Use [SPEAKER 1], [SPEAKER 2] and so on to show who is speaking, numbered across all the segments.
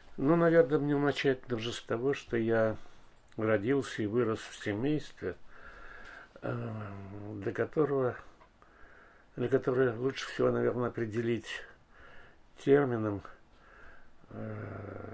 [SPEAKER 1] Ну, наверное, мне начать нужно с того, что я родился и вырос в семействе, э, для которого, для которое лучше всего, наверное, определить термином, э,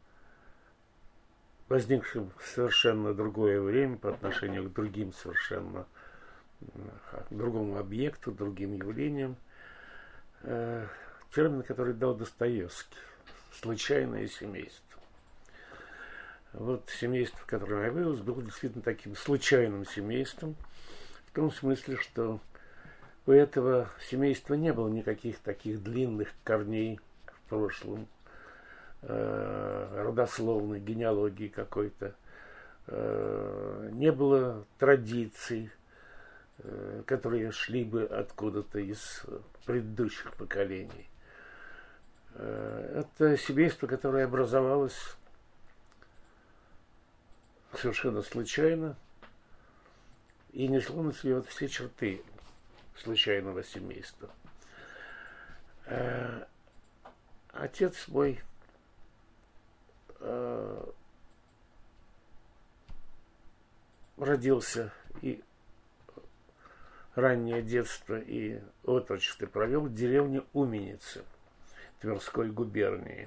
[SPEAKER 1] возникшим в совершенно другое время по отношению к другим совершенно другому объекту, другим явлениям. Э, Термин, который дал Достоевский. Случайное семейство. Вот семейство, в котором я вырос, было действительно таким случайным семейством, в том смысле, что у этого семейства не было никаких таких длинных корней в прошлом, родословной, генеалогии какой-то. Не было традиций, которые шли бы откуда-то из предыдущих поколений. Это семейство, которое образовалось совершенно случайно и несло на себе вот все черты случайного семейства. Отец мой родился и раннее детство и отрочество провел в деревне Уменицы Тверской губернии.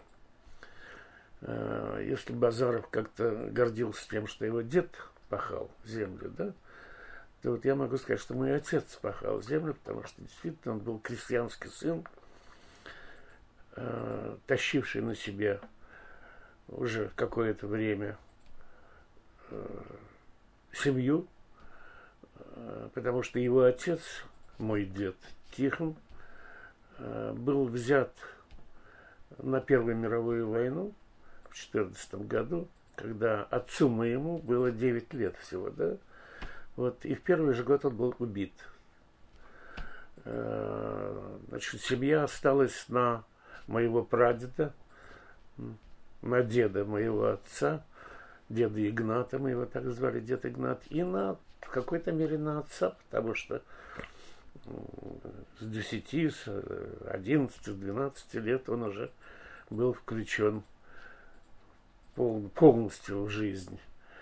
[SPEAKER 1] Если Базаров как-то гордился тем, что его дед пахал землю, да, то вот я могу сказать, что мой отец пахал землю, потому что действительно он был крестьянский сын, тащивший на себе уже какое-то время семью, потому что его отец, мой дед Тихон, был взят на Первую мировую войну в 14 году, когда отцу моему было 9 лет всего, да? Вот, и в первый же год он был убит. Значит, семья осталась на моего прадеда, на деда моего отца, деда Игната, мы его так звали, дед Игнат, и в какой-то мере на отца, потому что с 10, с 11, с 12 лет он уже был включен полностью в жизнь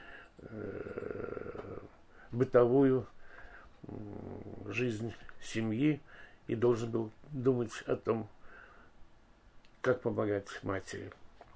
[SPEAKER 1] бытовую, жизнь семьи, и должен был думать о том, как помогать матери.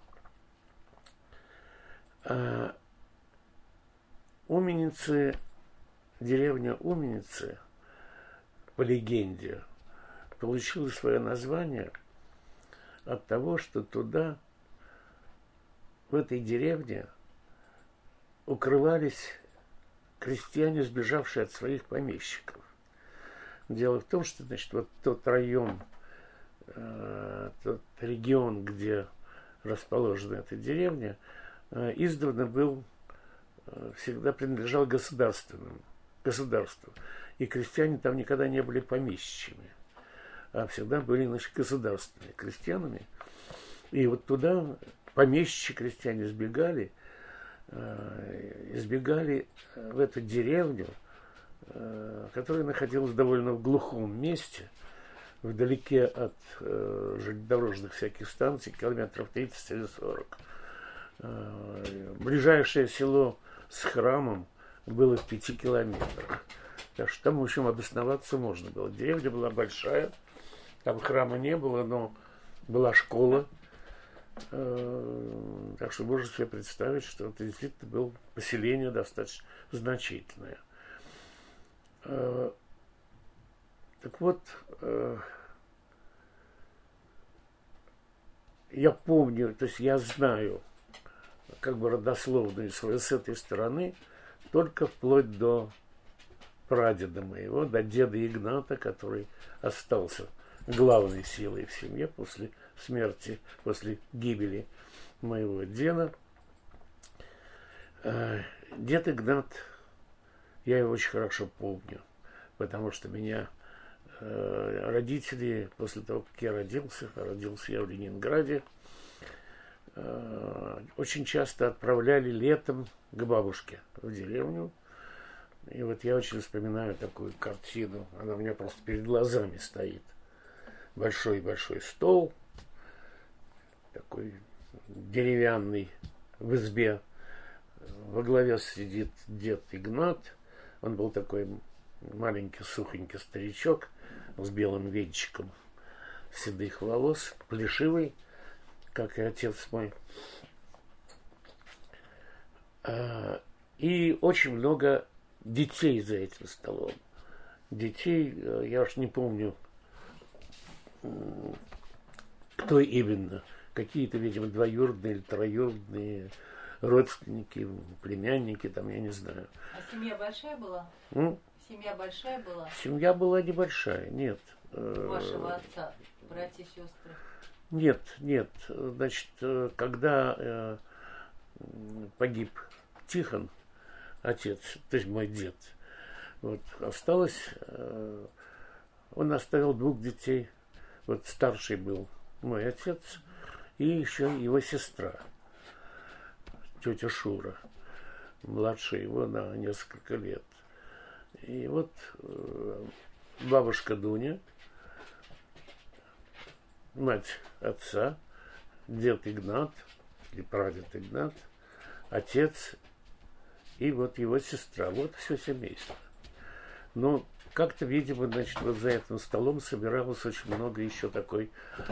[SPEAKER 1] Уменицы, деревня Уменицы, по легенде, получила свое название от того, что туда, в этой деревне, укрывались крестьяне, сбежавшие от своих помещиков. Дело в том, что, значит, вот тот район, тот регион, где расположена эта деревня, издавна был, всегда принадлежал государству. И крестьяне там никогда не были помещичьими, а всегда были, значит, государственными крестьянами. И вот туда помещичьи крестьяне избегали в эту деревню, которая находилась довольно в глухом месте, вдалеке от железнодорожных всяких станций, километров 30 или 40. Ближайшее село с храмом было в 5 километрах. Так что там, в общем, обосноваться можно было. Деревня была большая, там храма не было, но была школа. Так что можно себе представить, что это действительно было поселение достаточно значительное. Так вот, я помню, то есть я знаю, как бы родословную свою с этой стороны, только вплоть до прадеда моего, до деда Игната, который остался главной силой в семье после смерти, после гибели моего деда. Дед Игнат, я его очень хорошо помню, потому что меня родители, после того, как я родился я в Ленинграде, очень часто отправляли летом к бабушке в деревню. И вот я очень вспоминаю такую картину, она у меня просто перед глазами стоит. Большой-большой стол, такой деревянный в избе. Во главе сидит дед Игнат. Он был такой маленький, сухонький старичок с белым венчиком седых волос, плешивый, как и отец мой. И очень много детей за этим столом. Детей, я уж не помню, кто именно. Какие-то, видимо, двоюродные или троюродные родственники, племянники, там, я не знаю.
[SPEAKER 2] А семья большая была? Семья большая была?
[SPEAKER 1] Семья была небольшая, нет.
[SPEAKER 2] Вашего отца, братья и сестры?
[SPEAKER 1] Нет, нет. Значит, когда погиб Тихон, отец, то есть мой дед, вот, осталось, он оставил 2 детей. Вот старший был мой отец и еще его сестра, тетя Шура, младшая его на несколько лет. И вот бабушка Дуня, мать отца, дед Игнат, или прадед Игнат, отец и вот его сестра. Вот все семейство. Но как-то, видимо, значит, вот за этим столом собиралось очень много еще такой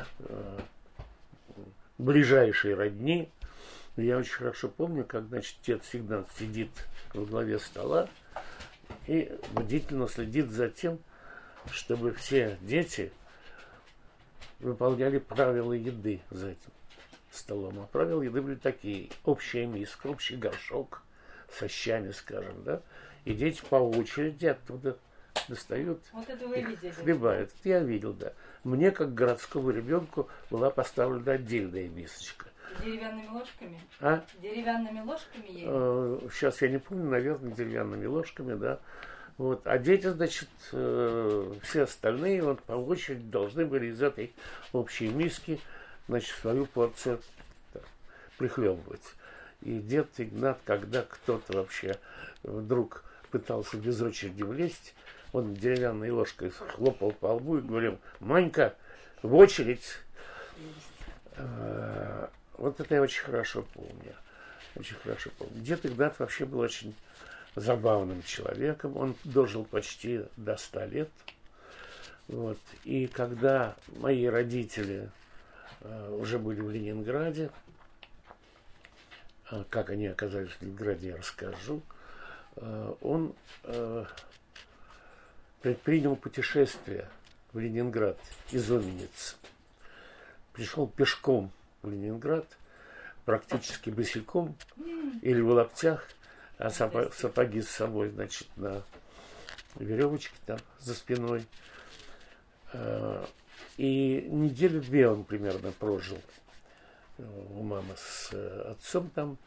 [SPEAKER 1] ближайшей родни. Я очень хорошо помню, как, значит, дед Игнат сидит во главе стола и бдительно следит за тем, чтобы все дети выполняли правила еды за этим столом. А правила еды были такие: общая миска, общий горшок со щами, скажем, да, и дети по очереди оттуда достают,
[SPEAKER 2] вот это вы видели,
[SPEAKER 1] хлебают. Это я видел, да. Мне, как городскому ребенку, была поставлена отдельная мисочка.
[SPEAKER 2] Деревянными ложками?
[SPEAKER 1] А?
[SPEAKER 2] Деревянными ложками ели?
[SPEAKER 1] Сейчас я не помню, наверное, деревянными ложками, да. Вот. А дети, значит, все остальные вот по очереди должны были из этой общей миски, значит, свою порцию прихлебывать. И дед Игнат, когда кто-то вообще вдруг пытался без очереди влезть, он деревянной ложкой хлопал по лбу и говорил: «Манька, в очередь!» Вот это я очень хорошо помню. Очень хорошо помню. Дед Игнат вообще был очень забавным человеком. Он дожил почти до 100 лет. Вот. И когда мои родители уже были в Ленинграде, как они оказались в Ленинграде, я расскажу, он предпринял путешествие в Ленинград из Уменицы. Пришел пешком в Ленинград, практически босиком или в лаптях, а сапоги с собой, значит, на веревочке там за спиной. И недели 2 он примерно прожил у мамы с отцом там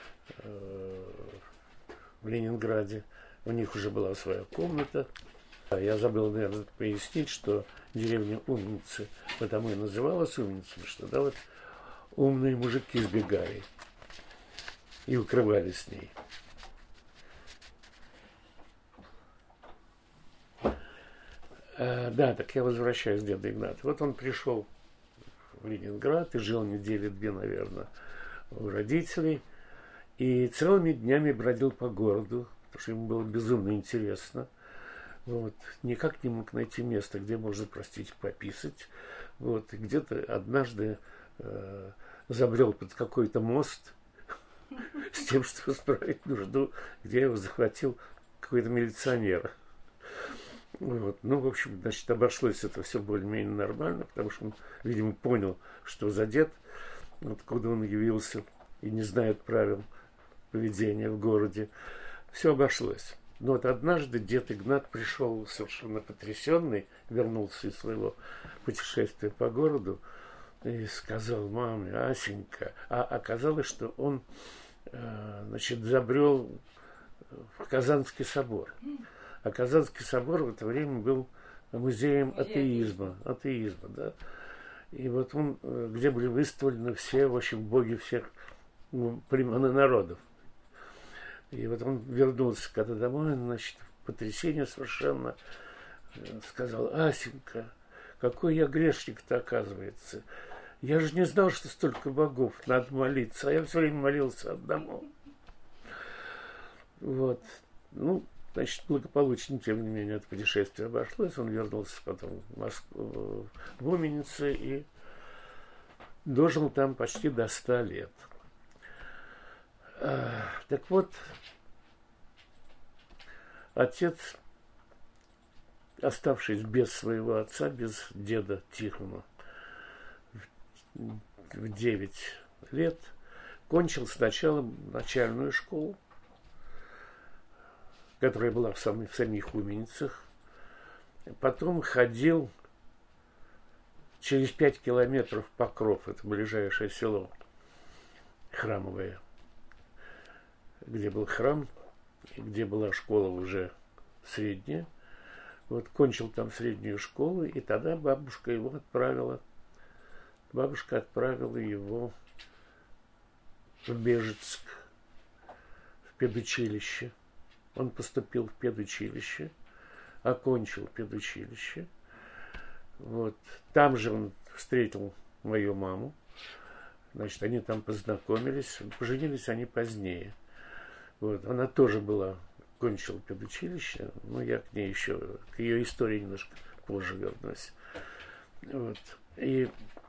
[SPEAKER 1] в Ленинграде. У них уже была своя комната. Я забыл, наверное, пояснить, что деревня Умницы потому и называлась Умницей, что да, вот умные мужики сбегали и укрывались с ней. Да, так я возвращаюсь к деду Игнату. Вот он пришел в Ленинград и жил недели 2, наверное, у родителей. И целыми днями бродил по городу, потому что ему было безумно интересно. Вот. Никак не мог найти место, где можно, простите, пописать. Вот. И где-то однажды забрел под какой-то мост с тем, чтобы справить нужду, где его захватил какой-то милиционер. Вот. Ну, в общем, значит, обошлось это все более-менее нормально, потому что он, видимо, понял, что за дед, откуда он явился и не знает правил поведения в городе. Все обошлось. Но вот однажды дед Игнат пришел совершенно потрясенный, вернулся из своего путешествия по городу и сказал маме: Асенька. А оказалось, что он, значит, забрел в Казанский собор. А Казанский собор в это время был музеем атеизма, да. И вот он, где были выставлены все, в общем, боги всех племен и народов. И вот он вернулся когда домой, значит, в потрясение совершенно сказал: Асенька, какой я грешник-то, оказывается. Я же не знал, что столько богов, надо молиться. А я все время молился одному. Вот. Ну, значит, благополучно, тем не менее, это путешествие обошлось. Он вернулся потом в Москву, в Уменице и дожил там почти до 100 лет. Так вот, отец, оставшись без своего отца, без деда Тихона, в 9 лет, кончил сначала начальную школу, которая была в самих Уменицах. Потом ходил через 5 километров Покров, это ближайшее село храмовое, где был храм, где была школа уже средняя. Вот кончил там среднюю школу, и тогда бабушка отправила его в Бежецк, в педучилище. Он поступил в педучилище, окончил педучилище. Вот. Там же он встретил мою маму. Значит, они там познакомились. Поженились они позднее. Вот. Она тоже кончила педучилище. Но я к ней еще, к ее истории немножко позже вернусь. Вот. И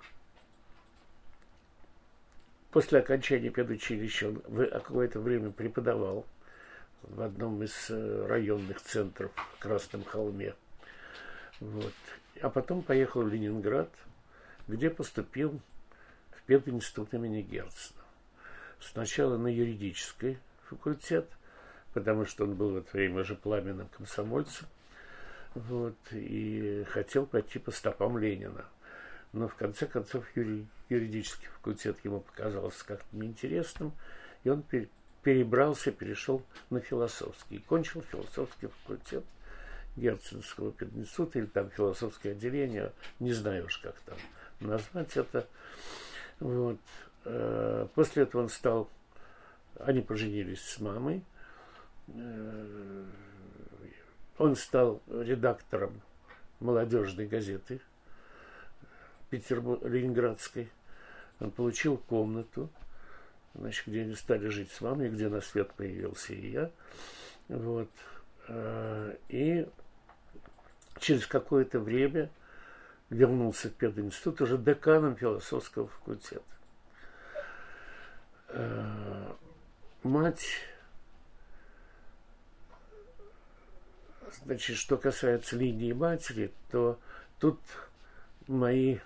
[SPEAKER 1] после окончания педучилища он какое-то время преподавал в одном из районных центров в Красном Холме. Вот. А потом поехал в Ленинград, где поступил в пединститут имени Герцена. Сначала на юридический факультет, потому что он был в это время уже пламенным комсомольцем, вот, и хотел пойти по стопам Ленина. Но в конце концов юридический факультет ему показался как-то неинтересным, и он перешел на философский. И кончил философский факультет Герценского пединститута, или там философское отделение, не знаю уж, как там назвать это. Вот. После этого они поженились с мамой. Он стал редактором молодежной газеты Ленинградской. Он получил комнату, значит, где они стали жить с мамой, где на свет появился и я. Вот. И через какое-то время вернулся в пединститут уже деканом философского факультета. Мать, значит, что касается линии матери, то тут мои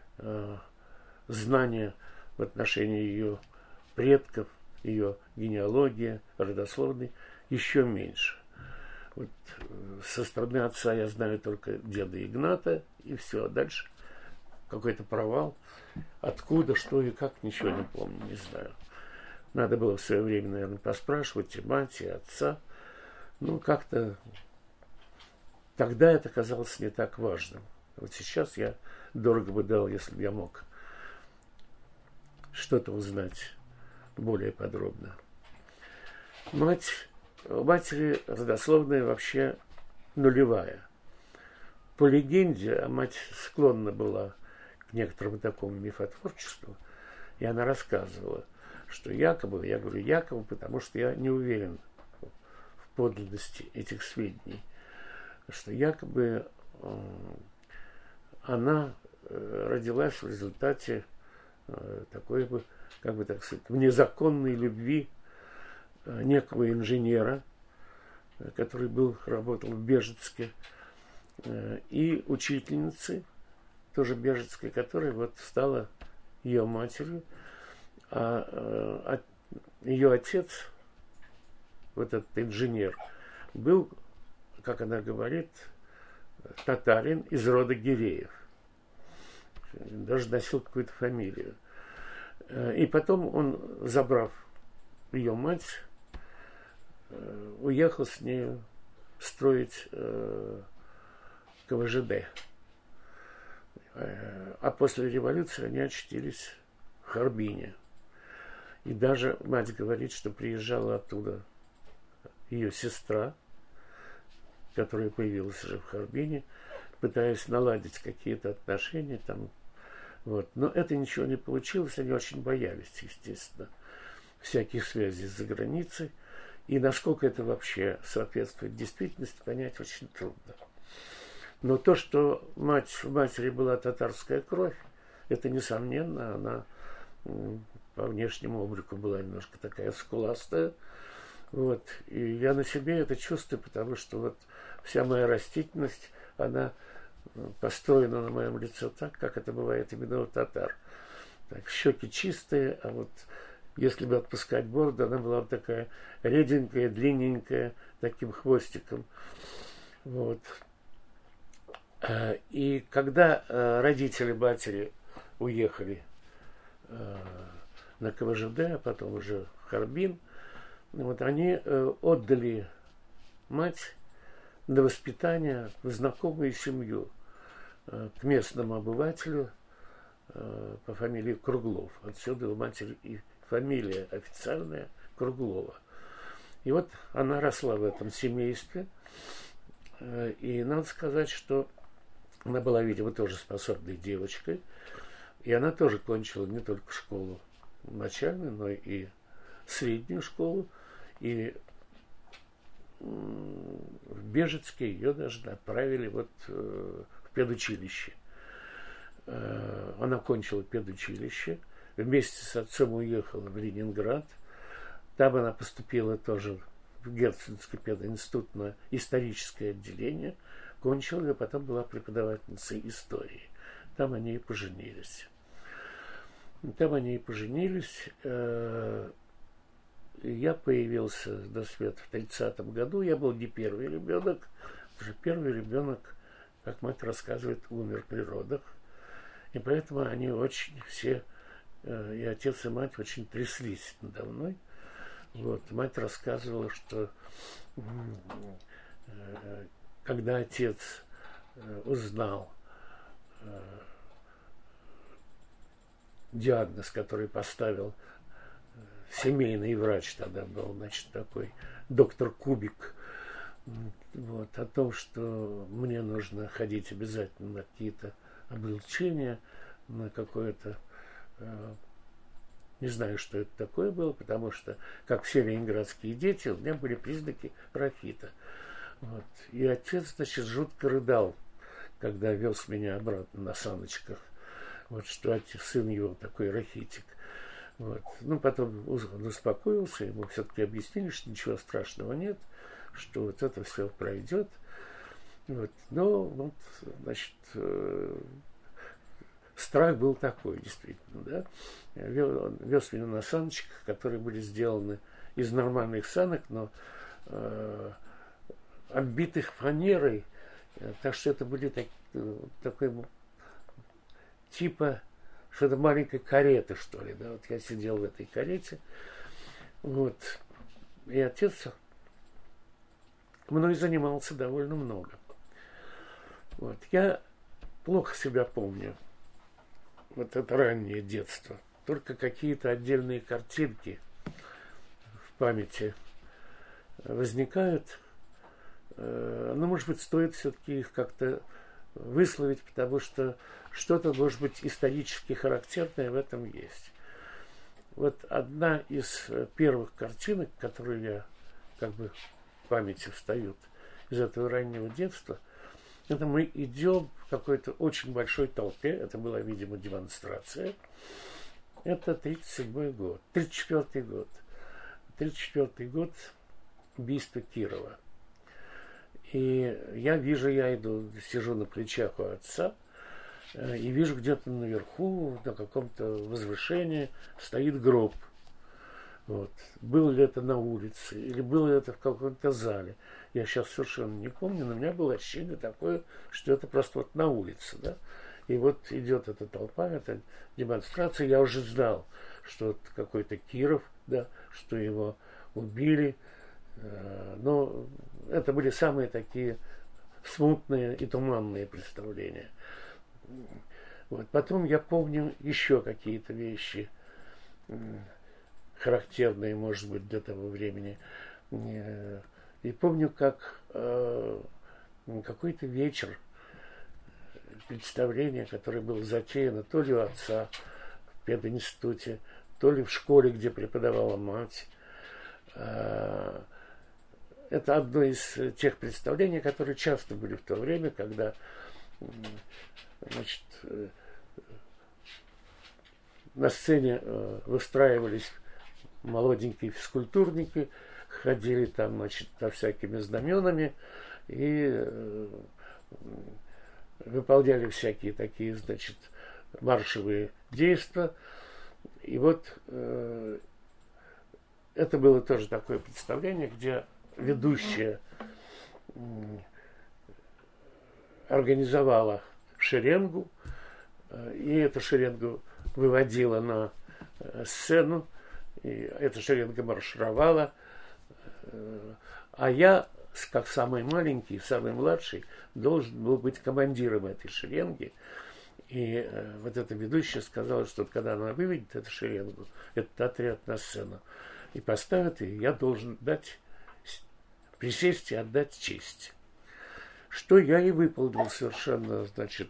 [SPEAKER 1] знания в отношении ее предков, ее генеалогии, родословной еще меньше. Вот со стороны отца я знаю только деда Игната, и все. А дальше какой-то провал. Откуда, что и как, ничего не помню, не знаю. Надо было в свое время, наверное, поспрашивать и мать, и отца. Ну, как-то тогда это казалось не так важным. Вот сейчас я дорого бы дал, если бы я мог что-то узнать более подробно. У матери родословная вообще нулевая. По легенде, мать склонна была к некоторому такому мифотворчеству, и она рассказывала, что якобы, я говорю якобы, потому что я не уверен в подлинности этих сведений, что якобы она родилась в результате такой, как бы так сказать, внезаконной любви некого инженера, который работал в Бежецке, и учительницы, тоже бежецкой, которая вот стала ее матерью. А ее отец, вот этот инженер, был, как она говорит, татарин из рода Гиреев. Даже носил какую-то фамилию. И потом он, забрав ее мать, уехал с нею строить КВЖД. А после революции они очутились в Харбине. И даже мать говорит, что приезжала оттуда ее сестра, которая появилась уже в Харбине, пытаясь наладить какие-то отношения, там, Вот. Но это ничего не получилось, они очень боялись, естественно, всяких связей за границей. И насколько это вообще соответствует действительности, понять очень трудно. Но то, что в матери была татарская кровь, это несомненно, она по внешнему облику была немножко такая скуластая. Вот. И я на себе это чувствую, потому что вот вся моя растительность, она построена на моем лице так, как это бывает именно у татар. Так, щеки чистые, а вот если бы отпускать бороду, она была вот такая реденькая, длинненькая, таким хвостиком. Вот. И когда родители матери уехали на КВЖД, а потом уже в Харбин, вот они отдали мать на воспитание в знакомую семью к местному обывателю по фамилии Круглов. Отсюда у матери и фамилия официальная Круглова. И вот она росла в этом семействе. И надо сказать, что она была, видимо, тоже способной девочкой. И она тоже кончила не только школу начальную, но и среднюю школу. И в Бежецке ее даже направили вот в педучилище. Она кончила педучилище. Вместе с отцом уехала в Ленинград. Там она поступила тоже в Герценовский пединститут на историческое отделение. Кончила, и потом была преподавательницей истории. Там они и поженились. Я появился на свет в 30-м году. Я был не первый ребенок. Уже первый ребенок, как мать рассказывает, умер при родах. И поэтому они очень все, и отец, и мать, очень тряслись надо мной. Вот. Мать рассказывала, что когда отец узнал диагноз, который поставил семейный врач, тогда был, значит, такой доктор Кубик, вот, о том, что мне нужно ходить обязательно на какие-то облучения, на какое-то, не знаю, что это такое было, потому что, как все ленинградские дети, у меня были признаки рахита. Вот. И отец, значит, жутко рыдал, когда вез меня обратно на саночках. Вот что отец, сын его такой рахитик. Вот. Ну, потом он успокоился, ему все-таки объяснили, что ничего страшного нет, что вот это все пройдет. Вот. Но вот, значит, страх был такой, действительно, да. Он вез меня на саночках, которые были сделаны из нормальных санок, но оббитых фанерой, так что это были такой типа что-то маленькой кареты, что ли, да. Вот я сидел в этой карете, вот, и отец мной занимался довольно много. Вот. Я плохо себя помню. Вот это раннее детство. Только какие-то отдельные картинки в памяти возникают. Но, может быть, стоит все-таки их как-то высловить, потому что что-то, может быть, исторически характерное в этом есть. Вот одна из первых картинок, которые я как бы в памяти встают из этого раннего детства, это мы идем в какой-то очень большой толпе. Это была, видимо, демонстрация. Это 1934 год. 1934 год убийства Кирова. И я иду, сижу на плечах у отца, и вижу где-то наверху, на каком-то возвышении, стоит гроб. Вот. Было ли это на улице, или было ли это в каком-то зале, я сейчас совершенно не помню, но у меня было ощущение такое, что это просто вот на улице, да. И вот идет эта толпа, эта демонстрация, я уже знал, что это какой-то Киров, да, что его убили, но это были самые такие смутные и туманные представления. Вот. Потом я помню еще какие-то вещи, характерные, может быть, для того времени. И помню, как какой-то вечер представление, которое было затеяно то ли у отца в пединституте, то ли в школе, где преподавала мать. Это одно из тех представлений, которые часто были в то время, когда, значит, на сцене выстраивались молоденькие физкультурники, ходили там, значит, со всякими знаменами и выполняли всякие такие, значит, маршевые действия. И вот это было тоже такое представление, где ведущая организовала шеренгу, и эту шеренгу выводила на сцену, и эта шеренга маршировала, а я, как самый маленький, самый младший, должен был быть командиром этой шеренги. И вот эта ведущая сказала, что когда она выведет эту шеренгу, этот отряд на сцену, и поставит ее, я должен присесть и отдать честь. Что я и выполнил совершенно, значит,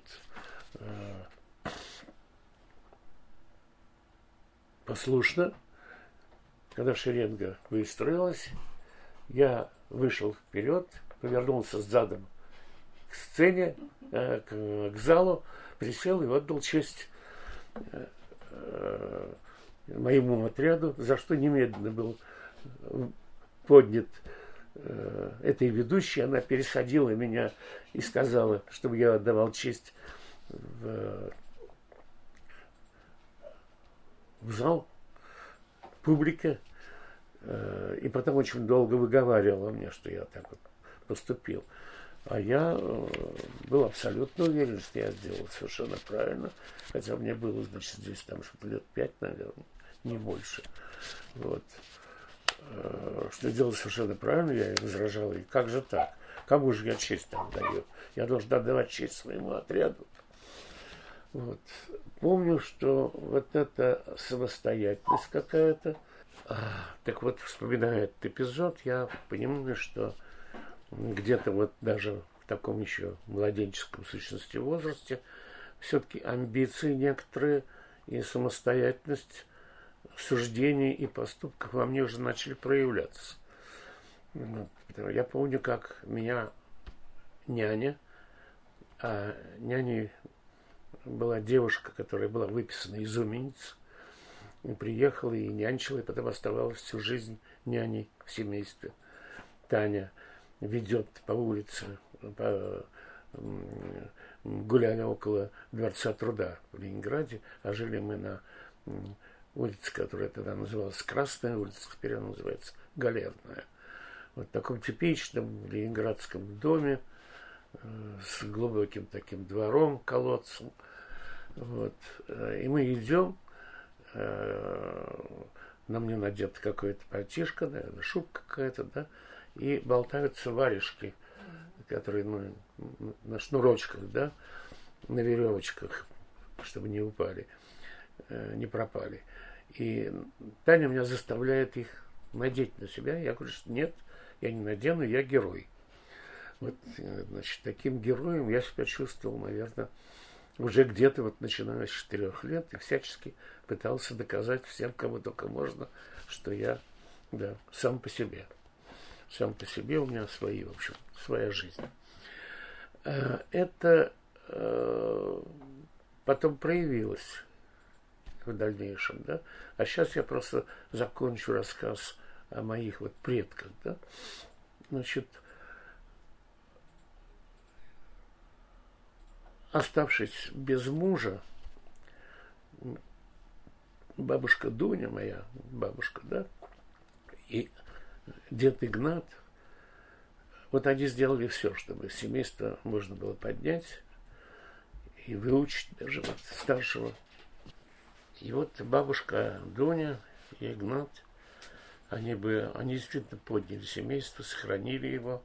[SPEAKER 1] послушно. Когда шеренга выстроилась, я вышел вперед, повернулся задом к сцене, к залу, присел и отдал честь моему отряду, за что немедленно был поднят этой ведущей. Она пересадила меня и сказала, чтобы я отдавал честь в зал, публике. И потом очень долго выговаривала мне, что я так вот поступил. А я был абсолютно уверен, что я сделал совершенно правильно. Хотя мне было, значит, здесь там что-то лет 5, наверное, не больше. Вот. Что делал совершенно правильно, я и возражал. И как же так? Кому же я честь отдаю? Я должен отдавать честь своему отряду. Вот. Помню, что вот эта самостоятельность какая-то. Так вот, вспоминая этот эпизод, я понимаю, что где-то вот даже в таком еще младенческом в сущности возрасте все-таки амбиции некоторые и самостоятельность суждений и поступков во мне уже начали проявляться. Я помню, как меня няня, а няней была девушка, которая была выписана из умениц, приехала и нянчила, и потом оставалась всю жизнь няней в семействе. Таня ведет по улице, гуляя около Дворца труда в Ленинграде, а жили мы на улице, которая тогда называлась Красная улица, теперь она называется Галерная. Вот в таком типичном ленинградском доме с глубоким таким двором, колодцем. Вот. И мы идем, на мне надет какой-то пальтишко, наверное, шубка какая-то, да, и болтаются варежки, которые на шнурочках, да, на веревочках, чтобы не упали, не пропали. И Таня меня заставляет их надеть на себя. Я говорю, что нет, я не надену, я герой. Вот, значит, таким героем я себя чувствовал, наверное, уже где-то вот начиная с 4 лет, и всячески пытался доказать всем, кому только можно, что я, да, сам по себе. Сам по себе у меня свои, в общем, своя жизнь. Это потом проявилось в дальнейшем, да. А сейчас я просто закончу рассказ о моих вот предках, да. Значит, оставшись без мужа, бабушка Дуня, моя бабушка, да, и дед Игнат, вот они сделали все, чтобы семейство можно было поднять и выучить даже вот старшего. И вот бабушка Дуня и Игнат, они действительно подняли семейство, сохранили его.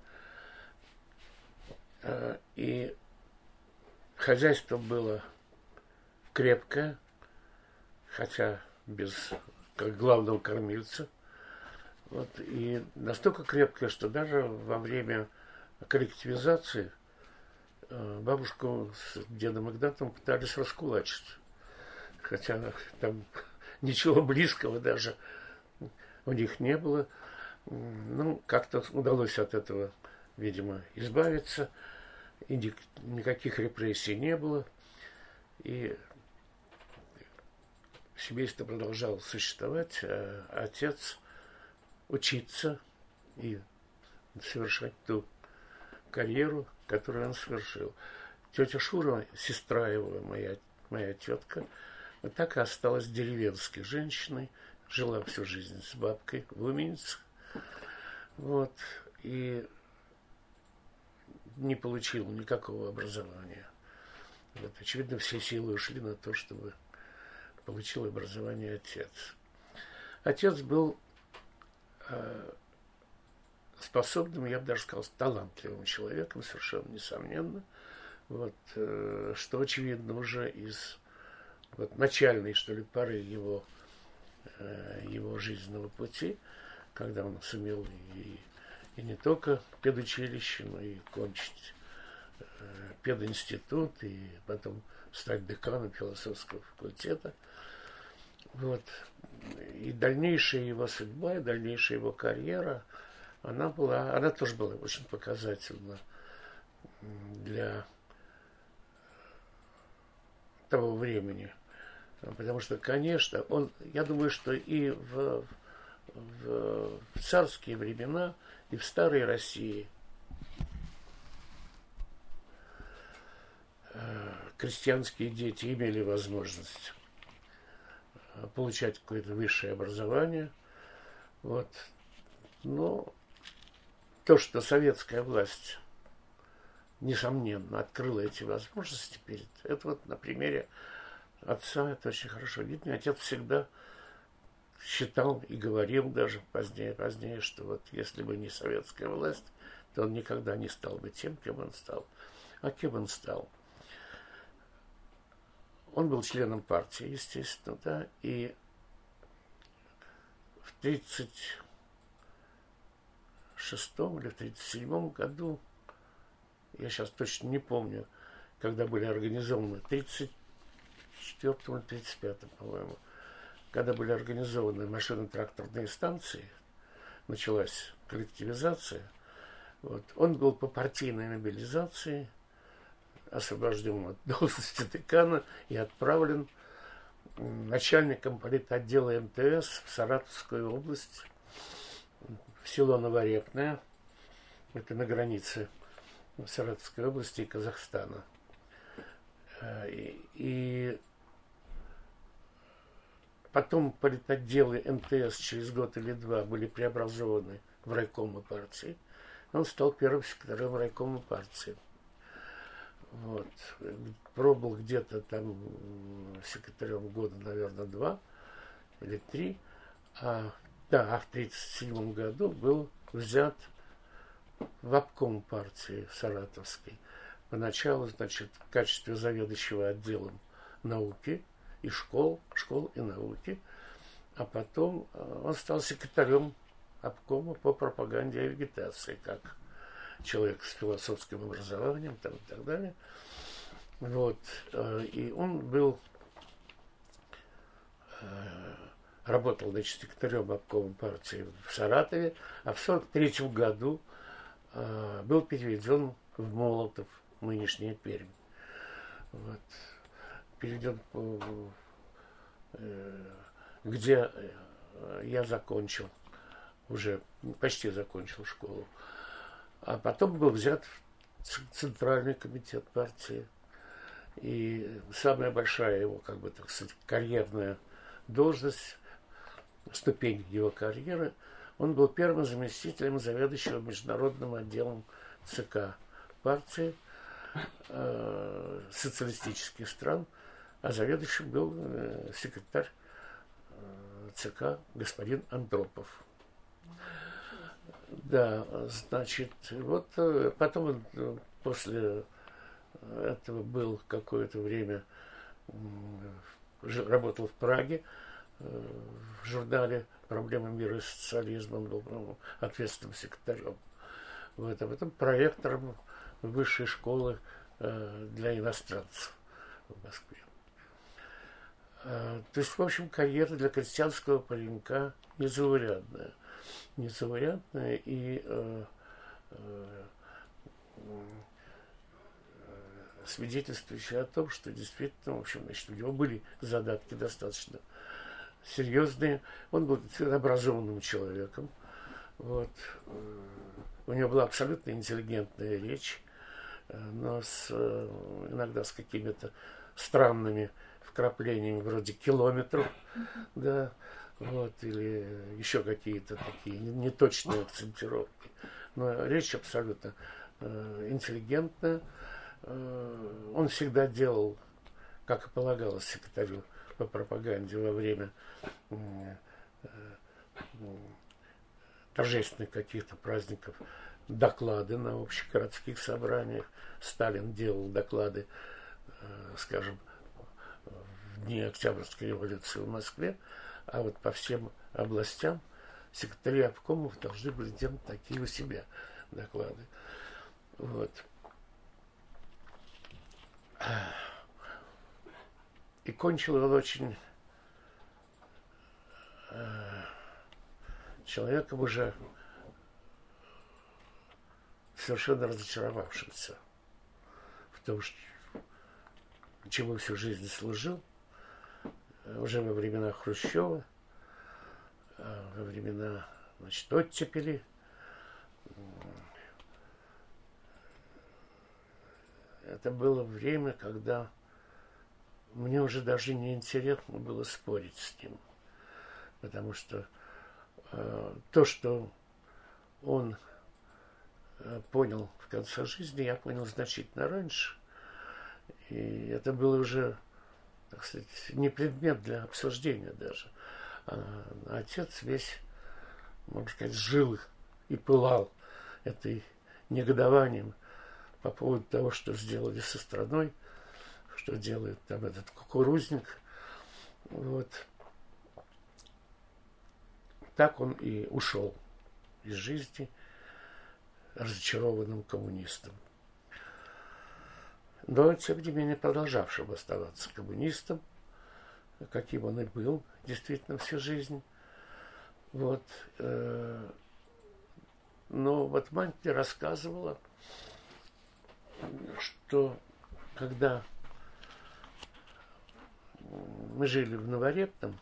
[SPEAKER 1] И хозяйство было крепкое, хотя без как главного кормильца. Вот, и настолько крепкое, что даже во время коллективизации бабушку с дедом Игнатом пытались раскулачить. Хотя там ничего близкого даже у них не было. Ну, как-то удалось от этого, видимо, избавиться. И никаких репрессий не было. И семейство продолжало существовать, а отец учиться и совершать ту карьеру, которую он совершил. Тетя Шура, сестра его, моя тетка, так и осталась деревенской женщиной, жила всю жизнь с бабкой в Луминцах. Вот, и не получила никакого образования. Вот, очевидно, все силы ушли на то, чтобы получил образование отец. Отец был способным, я бы даже сказал, талантливым человеком, совершенно несомненно. Вот, что очевидно уже из вот, начальной, что ли, поры его жизненного пути, когда он сумел и не только педучилище, но и кончить пединститут, и потом стать деканом философского факультета. Вот. И дальнейшая его судьба, и дальнейшая его карьера, она тоже была очень показательна для того времени. Потому что, конечно, я думаю, что и в царские времена, и в старой России крестьянские дети имели возможность получать какое-то высшее образование. Вот. Но то, что советская власть, несомненно, открыла эти возможности это вот на примере отца это очень хорошо видно. Отец всегда считал и говорил даже позднее, что вот если бы не советская власть, то он никогда не стал бы тем, кем он стал. А кем он стал? Он был членом партии, естественно, да, и в 1936 или 1937 году, я сейчас точно не помню, когда были организованы, в 1934 или 1935, по-моему, когда были организованы машино-тракторные станции, началась коллективизация, вот, он был по партийной мобилизации освобожден от должности декана и отправлен начальником политотдела МТС в Саратовскую область, в село Новорепное, это на границе Саратовской области и Казахстана. И потом политотделы МТС через год или два были преобразованы в райкомы партии. Он стал первым секретарем райкома партии. Вот. Пробыл где-то там секретарем года, наверное, 2 или 3. В 1937 году был взят в обком партии саратовской. Поначалу, значит, в качестве заведующего отделом науки и школ и науки. А потом он стал секретарем обкома по пропаганде и агитации, как человек с философским образованием там, и так далее. Вот. И он работал, значит, секретарем обкома партии в Саратове, а в 1943 году был переведен в Молотов, нынешняя Пермь. Вот. Переведен, где я закончил, уже почти закончил школу. А потом был взят в Центральный комитет партии. И самая большая его, как бы так сказать, карьерная должность, ступень его карьеры, он был первым заместителем заведующего международным отделом ЦК партии социалистических стран, а заведующим был секретарь ЦК господин Андропов. Да, значит, вот потом он после этого был какое-то время, работал в Праге, в журнале «Проблемы мира и социализма», он был ответственным секретарем. Вот, а потом проректором высшей школы для иностранцев в Москве. То есть, в общем, карьера для крестьянского паренька незаурядная. Незаурядная и свидетельствующая о том, что действительно, в общем, значит, у него были задатки достаточно серьезные. Он был образованным человеком. Вот. У него была абсолютно интеллигентная речь, но иногда с какими-то странными вкраплениями вроде километров, да, вот, или еще какие-то такие неточные акцентировки. Но речь абсолютно интеллигентная. Он всегда делал, как и полагалось секретарю по пропаганде во время торжественных каких-то праздников, доклады на общегородских собраниях. Сталин делал доклады, скажем, в дни Октябрьской революции в Москве, а вот по всем областям секретари обкомов должны были делать такие у себя доклады. Вот. И кончил он очень человеком уже совершенно разочаровавшимся в том, чему всю жизнь служил, уже во времена Хрущева, во времена, значит, оттепели. Это было время, когда мне уже даже не интересно было спорить с ним, потому что то, что он понял в конце жизни, я понял значительно раньше. И это было уже, так сказать, не предмет для обсуждения даже. А отец весь, можно сказать, жил и пылал этой негодованием по поводу того, что сделали со страной, что делает там этот кукурузник. Вот. Так он и ушел из жизни разочарованным коммунистом. Но, тем не менее, продолжавшим оставаться коммунистом, каким он и был действительно всю жизнь. Вот. Но вот мать мне рассказывала, что когда мы жили в Новорепном,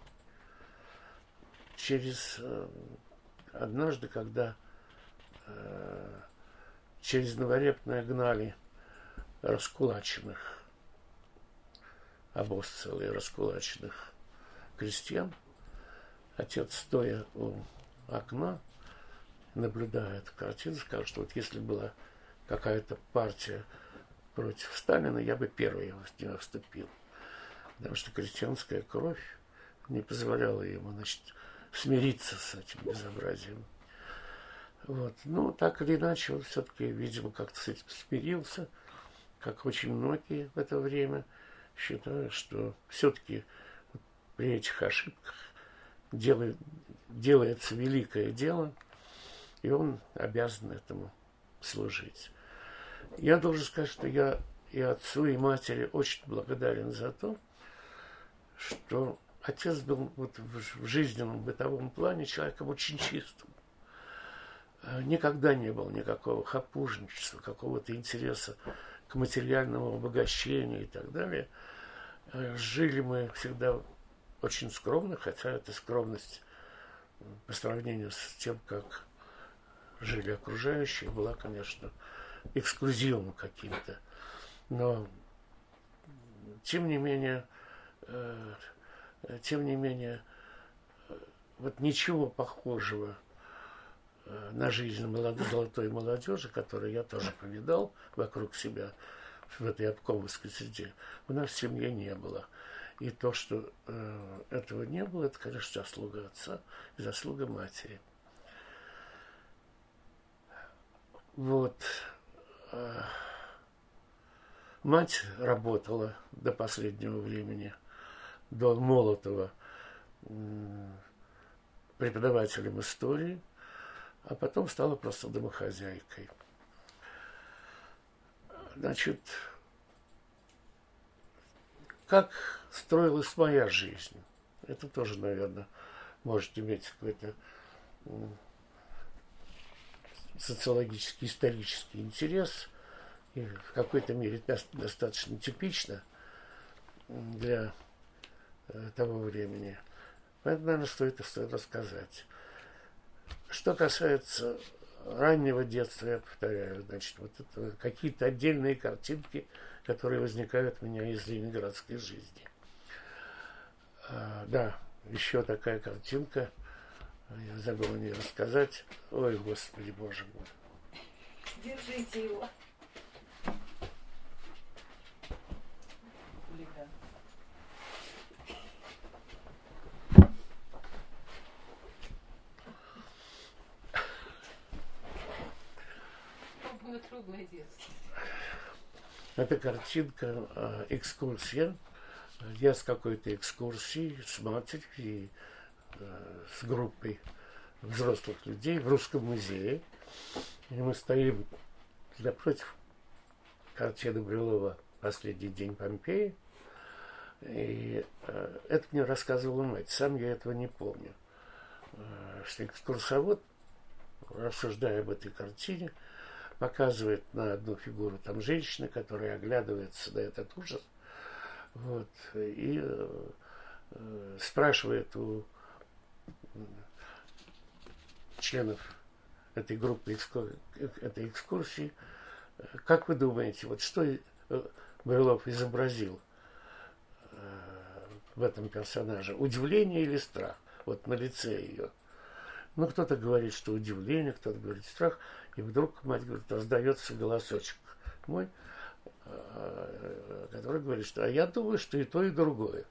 [SPEAKER 1] однажды, когда через Новорепное гнали раскулаченных, обоз целый раскулаченных крестьян, отец, стоя у окна, наблюдает картину, сказал, что вот если была какая-то партия против Сталина, я бы первый в нее вступил. Потому что крестьянская кровь не позволяла ему, значит, смириться с этим безобразием. Вот. Ну, так или иначе, он все-таки, видимо, как-то с этим смирился, как очень многие в это время, считая, что все-таки при этих ошибках делается великое дело, и он обязан этому служить. Я должен сказать, что я и отцу, и матери очень благодарен за то, что отец был вот в жизненном бытовом плане человеком очень чистым. Никогда не было никакого хапужничества, какого-то интереса к материальному обогащению и так далее. Жили мы всегда очень скромно, хотя эта скромность по сравнению с тем, как жили окружающие, была, конечно, эксклюзивом каким-то. Но, тем не менее, вот ничего похожего на жизнь золотой молодежи, которую я тоже повидал вокруг себя в этой обкомовской среде, у нас в семье не было. И то, что этого не было, это, конечно, заслуга отца и заслуга матери. Вот. Мать работала до последнего времени, до Молотова, преподавателем истории, а потом стала просто домохозяйкой. Значит, как строилась моя жизнь. Это тоже, наверное, может иметь какой-то социологический, исторический интерес. И в какой-то мере достаточно типично для того времени. Поэтому, наверное, стоит рассказать. Что касается раннего детства, я повторяю, значит, вот это какие-то отдельные картинки, которые возникают у меня из ленинградской жизни. Да, еще такая картинка, я забыл о ней рассказать. Ой, Господи, Боже мой.
[SPEAKER 2] Держите его. Трудное детство.
[SPEAKER 1] Это картинка экскурсия. Я с какой-то экскурсией, с матерью и с группой взрослых людей в Русском музее. И мы стоим напротив картины Брюлова «Последний день Помпеи». И это мне рассказывала мать. Сам я этого не помню. Что экскурсовод, рассуждая об этой картине, показывает на одну фигуру там женщины, которая оглядывается на этот ужас, вот, и спрашивает у членов этой группы, этой экскурсии, как вы думаете, вот что Брюлов изобразил в этом персонаже? Удивление или страх? Вот на лице ее. Ну, кто-то говорит, что удивление, кто-то говорит страх. И вдруг, мать говорит, раздается голосочек мой, который говорит, что я думаю, что и то, и другое.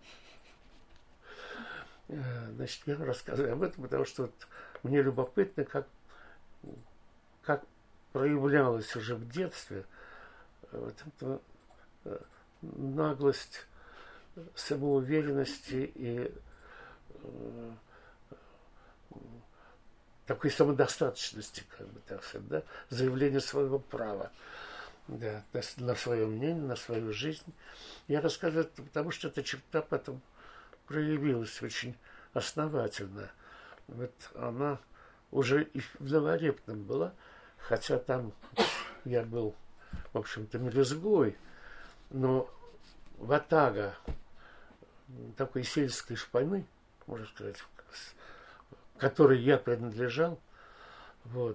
[SPEAKER 1] Значит, я рассказываю об этом, потому что вот мне любопытно, как проявлялась уже в детстве вот эта наглость, самоуверенности и такой самодостаточности, как бы так сказать, да, заявление своего права, да, на свое мнение, на свою жизнь. Я рассказываю, потому что эта черта потом проявилась очень основательно. Вот она уже и в Новорепном была, хотя там я был, в общем-то, мелюзгой, но ватага такой сельской шпаны, можно сказать, которой я принадлежал, вот,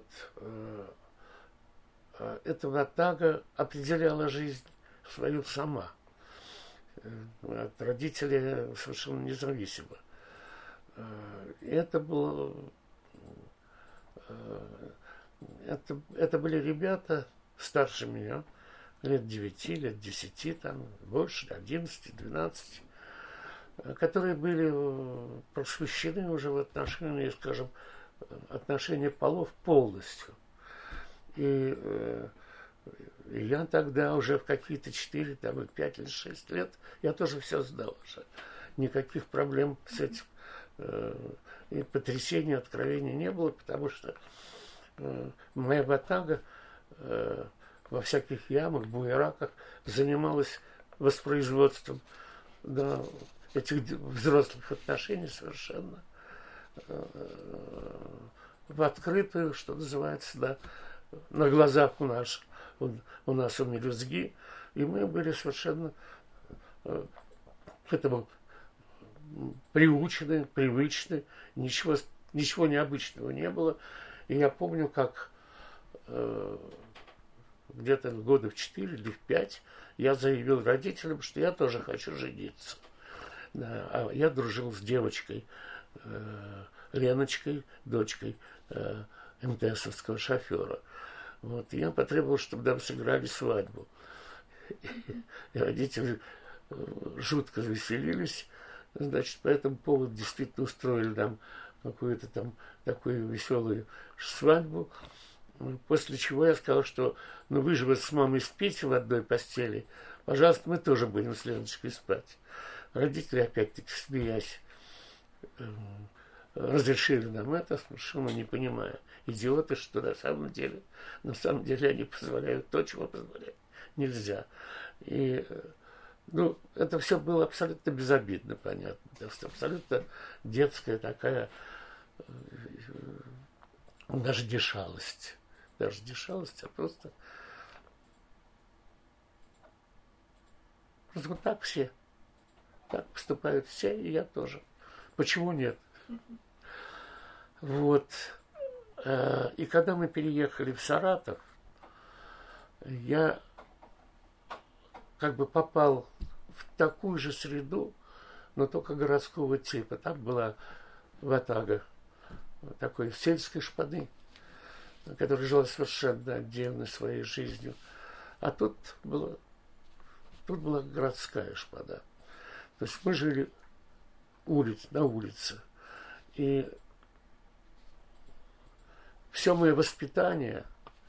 [SPEAKER 1] эта ватага определяла жизнь свою сама, от родителей совершенно независимо. Это было, это были ребята старше меня, лет 9, лет 10, там, больше, 11, 12, которые были просвещены уже в отношении, скажем, отношения полов полностью. И я тогда уже в какие-то 4, там, 5 или 6 лет, я тоже все знал уже. Никаких проблем с этим и потрясений, откровений не было, потому что моя ватага во всяких ямах, буераках занималась воспроизводством, да, этих взрослых отношений совершенно в открытую, что называется, да, на глазах у нас у мелюзги, и мы были совершенно к этому приучены, привычны, ничего необычного не было. И я помню, как где-то года в 4 или в 5 я заявил родителям, что я тоже хочу жениться. Да, а я дружил с девочкой, Леночкой, дочкой МТСовского шофера. Вот, и я потребовал, чтобы нам сыграли свадьбу. И родители жутко веселились. Значит, по этому поводу действительно устроили нам какую-то там такую веселую свадьбу. После чего я сказал, что ну вы же вот с мамой спите в одной постели, пожалуйста, мы тоже будем с Леночкой спать. Родители, опять-таки, смеясь, разрешили нам это, совершенно не понимая. Идиоты, что на самом деле они позволяют то, чего позволять нельзя. И Ну, это все было абсолютно безобидно, понятно. То есть абсолютно детская такая, даже не шалость. Даже не шалость, а просто вот так все. Так поступают все, и я тоже. Почему нет? Вот. И когда мы переехали в Саратов, я как бы попал в такую же среду, но только городского типа. Там была ватага такой сельской шпаны, которая жила совершенно отдельно своей жизнью. А тут была городская шпана. То есть мы жили на улице. И все мое воспитание,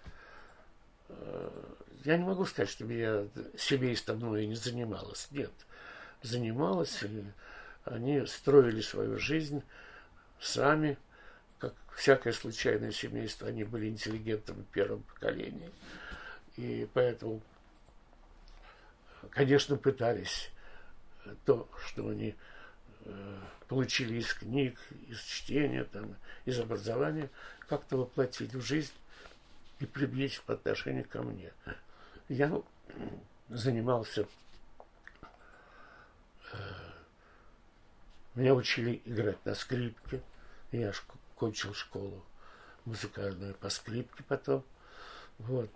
[SPEAKER 1] я не могу сказать, что я семейством мной не занималась. Нет, занималась, и они строили свою жизнь сами, как всякое случайное семейство, они были интеллигентами первого поколения. И поэтому, конечно, пытались то, что они получили из книг, из чтения, там, из образования, как-то воплотить в жизнь и приблизить по отношению ко мне. Я занимался, меня учили играть на скрипке, я кончил школу музыкальную по скрипке потом. Вот.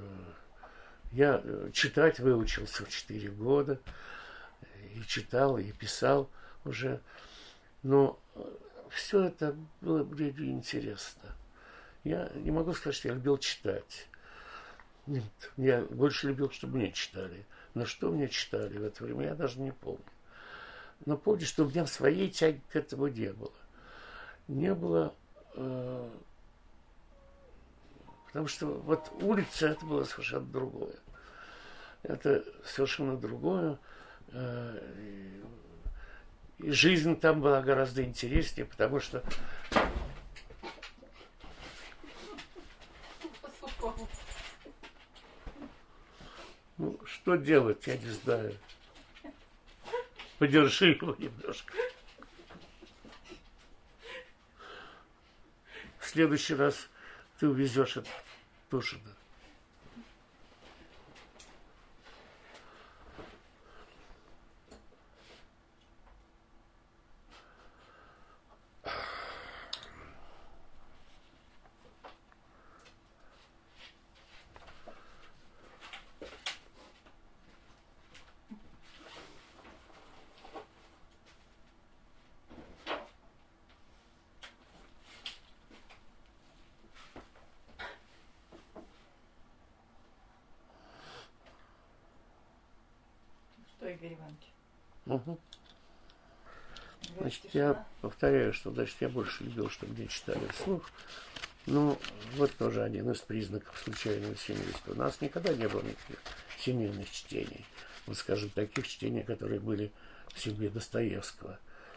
[SPEAKER 1] Я читать выучился в 4 года, и читал, и писал уже. Но все это было мне интересно. Я не могу сказать, что я любил читать. Нет, я больше любил, чтобы мне читали. Но что мне читали в это время, я даже не помню. Но помню, что у меня своей тяги к этому не было. Не было, потому что вот улица, это было совершенно другое. Это совершенно другое. И жизнь там была гораздо интереснее, потому что ну, что делать, я не знаю. Подержи его немножко. В следующий раз ты увезешь это Тушина.
[SPEAKER 2] Игорь Иванович.
[SPEAKER 1] Угу. Значит, я повторяю, что значит, я больше любил, чтобы мне читали вслух. Ну, вот тоже один из признаков случайного семейства. У нас никогда не было никаких семейных чтений. Вот, скажем, таких чтений, которые были в семье Достоевского.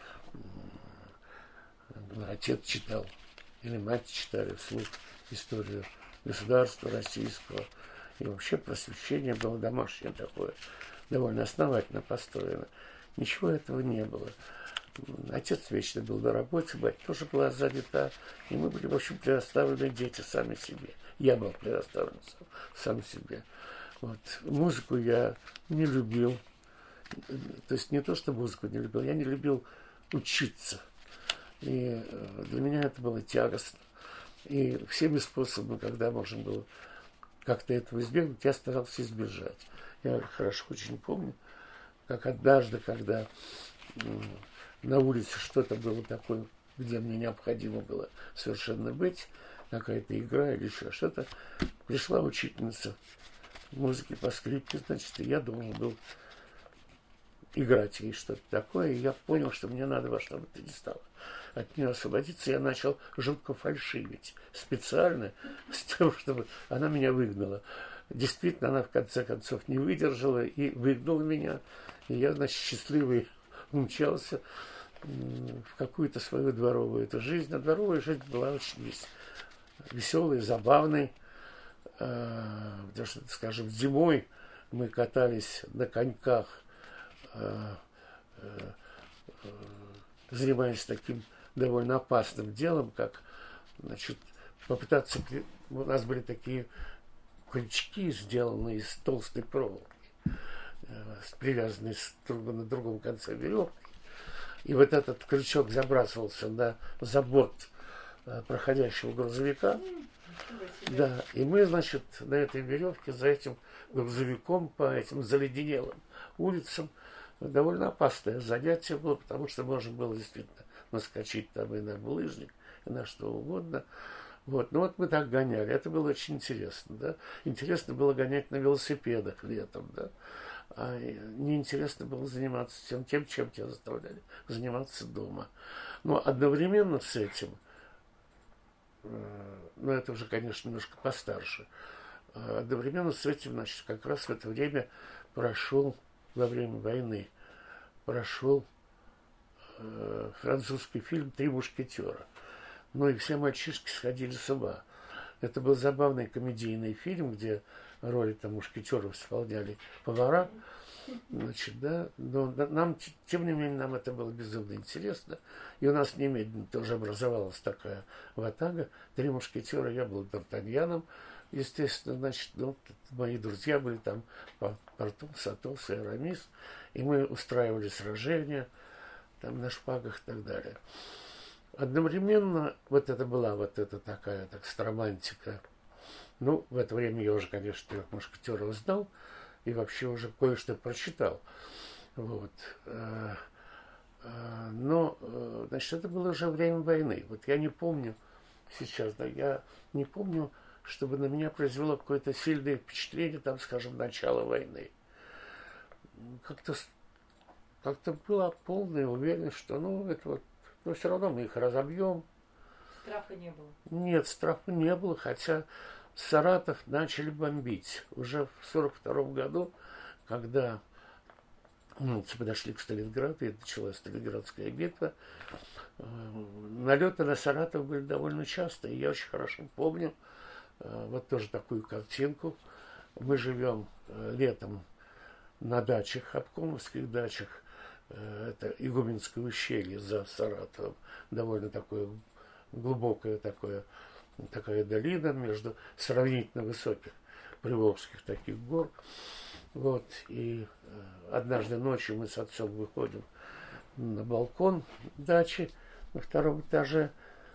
[SPEAKER 1] Отец читал, или мать читали вслух историю государства российского. И вообще просвещение было домашнее такое, довольно основательно построено. Ничего этого не было. Отец вечно был на работе, мать тоже была занята, и мы были, в общем, предоставлены дети сами себе. Я был предоставлен сам себе. Вот. Музыку я не любил. То есть не то, что музыку не любил, я не любил учиться. И для меня это было тягостно. И всеми способами, когда можно было как-то этого избегнуть, я старался избежать. Я хорошо очень помню, как однажды, когда на улице что-то было такое, где мне необходимо было совершенно быть, какая-то игра или еще что-то, пришла учительница музыки по скрипке, значит, и я должен был играть ей что-то такое, и я понял, что мне надо во что бы то ни стало от нее освободиться. Я начал жутко фальшивить специально с тем, чтобы она меня выгнала. Действительно, она в конце концов не выдержала и выгнала меня. И я, значит, счастливый умчался в какую-то свою дворовую эту жизнь. А дворовая жизнь была очень веселой, забавной. Потому что, скажем, зимой мы катались на коньках занимались таким довольно опасным делом, как, значит, попытаться... У нас были такие крючки, сделанные из толстой проволоки, привязанные на другом конце веревки. И вот этот крючок забрасывался за борт проходящего грузовика. Да, и мы, значит, на этой веревке за этим грузовиком по этим заледенелым улицам довольно опасное занятие было, потому что можно было действительно наскочить там и на булыжник, и на что угодно. Вот. Ну вот мы так гоняли. Это было очень интересно. Да? Интересно было гонять на велосипедах летом. Да? А неинтересно было заниматься тем, чем тебя заставляли заниматься дома. Но одновременно с этим, ну это уже, конечно, немножко постарше, одновременно с этим, значит, как раз в это время во время войны, прошел французский фильм «Три мушкетера». Ну и все мальчишки сходили с ума. Это был забавный комедийный фильм, где роли там мушкетеров исполняли повара. Значит, да, но нам, тем не менее, нам это было безумно интересно. И у нас немедленно тоже образовалась такая ватага. Три мушкетера, я был Д'Артаньяном. Естественно, значит, ну, мои друзья были там Портос, Атос и Арамис. И мы устраивали сражения там на шпагах и так далее. Одновременно вот это была вот эта такая, так сказать, романтика. Ну, в это время я уже, конечно, трех мушкетеров знал и вообще уже кое-что прочитал. Вот. Но, значит, это было уже время войны. Вот я не помню сейчас, да, я не помню, чтобы на меня произвело какое-то сильное впечатление, там, скажем, начала войны. Как-то была полная уверенность, что, ну, это вот, но все равно мы их разобьем.
[SPEAKER 2] Страха не было?
[SPEAKER 1] Нет, страха не было, хотя Саратов начали бомбить. Уже в 1942 году, когда немцы подошли к Сталинграду, и началась Сталинградская битва, налеты на Саратов были довольно часто. И я очень хорошо помню вот тоже такую картинку. Мы живем летом на дачах, обкомовских дачах. Это Игуменское ущелье за Саратовым. Довольно такое глубокая такая долина между сравнительно высоких приволжских таких гор. Вот. И однажды ночью мы с отцом выходим на балкон дачи на втором этаже.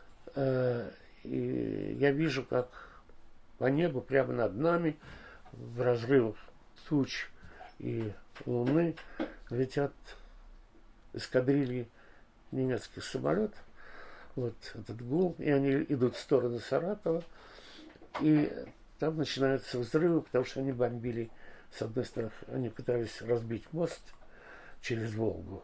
[SPEAKER 1] И я вижу, как по небу прямо над нами в разрывах туч и луны летят эскадрильи немецких самолетов. Вот этот гул, и они идут в сторону Саратова, и там начинаются взрывы, потому что они бомбили, с одной стороны, они пытались разбить мост через Волгу,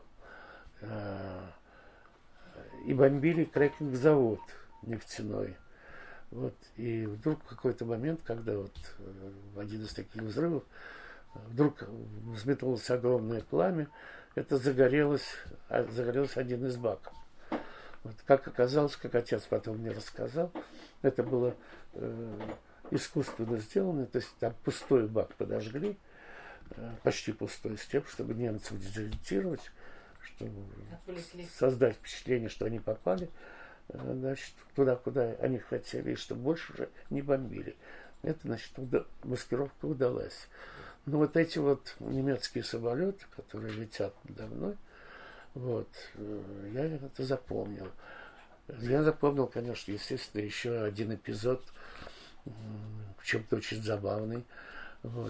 [SPEAKER 1] и бомбили крекинг-завод нефтяной. Вот, и вдруг в какой-то момент, когда вот в один из таких взрывов, вдруг взметнулось огромное пламя, это загорелся один из баков. Вот, как оказалось, как отец потом мне рассказал, это было искусственно сделано, то есть там пустой бак подожгли, почти пустой, с тем, чтобы немцев дезориентировать, чтобы создать впечатление, что они попали, значит, туда, куда они хотели, и чтобы больше уже не бомбили. Это, значит, маскировка удалась. Но вот эти вот немецкие самолеты, которые летят надо мной, вот, я это запомнил. Я запомнил, конечно, естественно, еще один эпизод, в чем-то очень забавный, вот,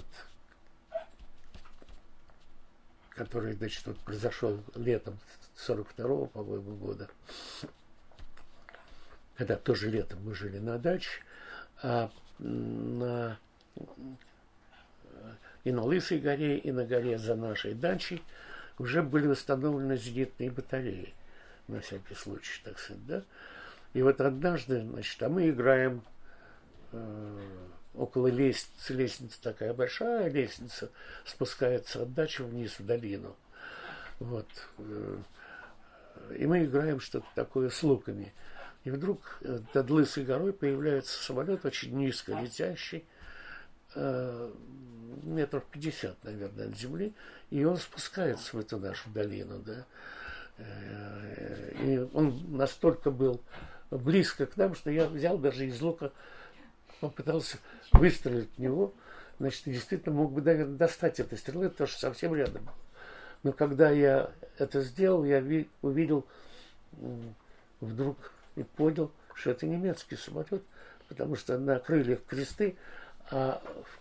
[SPEAKER 1] который, значит, вот произошел летом 42-го, по-моему, года, когда тоже летом мы жили на даче, а и на Лысой горе, и на горе за нашей дачей уже были установлены зенитные батареи, на всякий случай, так сказать, да. И вот однажды, значит, а мы играем около лестницы, лестница такая большая, лестница спускается от дачи вниз в долину. Вот. И мы играем что-то такое с луками. И вдруг над Лысой горой появляется самолет очень низко летящий, метров 50, наверное, от земли, и он спускается в эту нашу долину, да. И он настолько был близко к нам, что я взял даже из лука, попытался выстрелить в него, значит, действительно мог бы, наверное, достать этой стрелы, потому что совсем рядом. Но когда я это сделал, я увидел вдруг и понял, что это немецкий самолет, потому что на крыльях кресты, а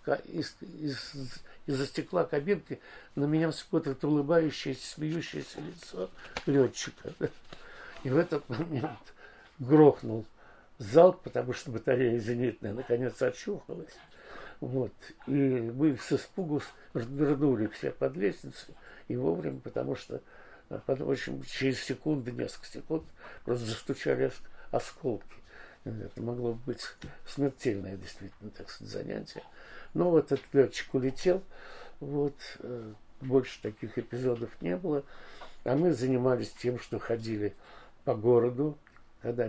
[SPEAKER 1] из-за стекла кабинки на меня смотрит улыбающееся, смеющееся лицо летчика. И в этот момент грохнул залп, потому что батарея зенитная наконец очухалась. Вот. И мы с испугу нырнули все под лестницу, и вовремя, потому что в общем, через секунды, несколько секунд просто застучали осколки. Это могло быть смертельное, действительно, так сказать, занятие. Но вот этот летчик улетел, вот, больше таких эпизодов не было. А мы занимались тем, что ходили по городу, когда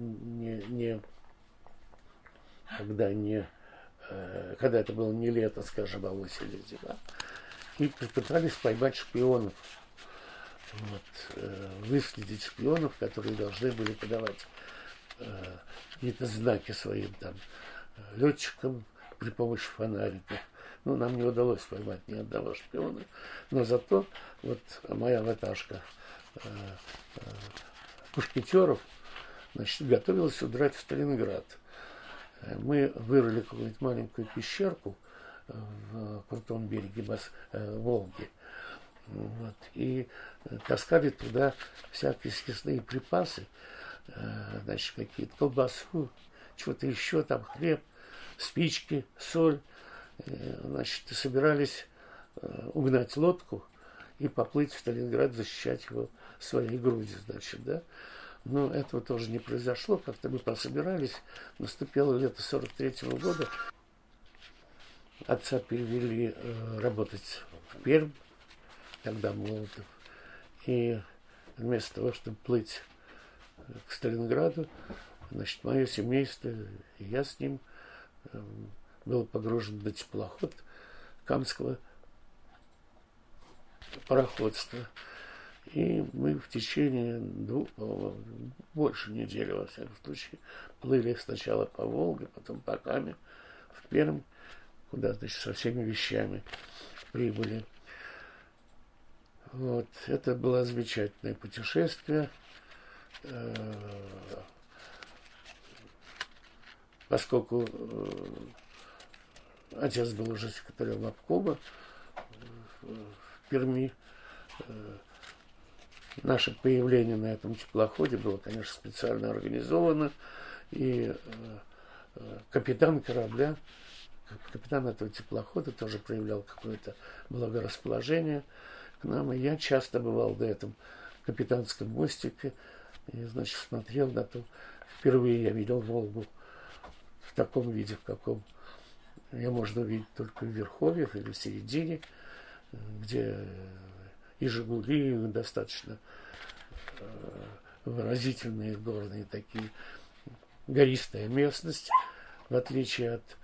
[SPEAKER 1] когда это было не лето, скажем, а осень или зима, и пытались поймать шпионов. Вот, выследить шпионов, которые должны были подавать какие-то знаки своим там летчикам при помощи фонариков. Ну, нам не удалось поймать ни одного шпиона, но зато вот моя ваташка мушкетеров, значит, готовилась удрать в Сталинград. Мы вырыли какую-нибудь маленькую пещерку в крутом береге Волги. Вот, и таскали туда всякие съестные припасы, значит, какие-то колбасу, что-то еще, там хлеб, спички, соль. Значит, собирались угнать лодку и поплыть в Сталинград, защищать его своей грудью, значит, да. Но этого тоже не произошло, как-то мы пособирались, наступило лето 43-го года. Отца перевели работать в Пермь, тогда Молотов. И вместо того, чтобы плыть к Сталинграду, значит, мое семейство, и я с ним, был погружен на теплоход Камского пароходства. И мы в течение больше недели, во всяком случае, плыли сначала по Волге, потом по Каме, в Пермь, куда, значит, со всеми вещами прибыли. Вот. Это было замечательное путешествие. Поскольку отец был уже секретарем обкома в Перми, наше появление на этом теплоходе было, конечно, специально организовано, и капитан корабля, капитан этого теплохода тоже проявлял какое-то благорасположение к нам, и я часто бывал на этом капитанском мостике, и, значит, смотрел на то. Впервые я видел Волгу в таком виде, в каком ее можно увидеть только в верховьях или в середине, где и Жигули достаточно выразительные горные такие, гористая местность, в отличие от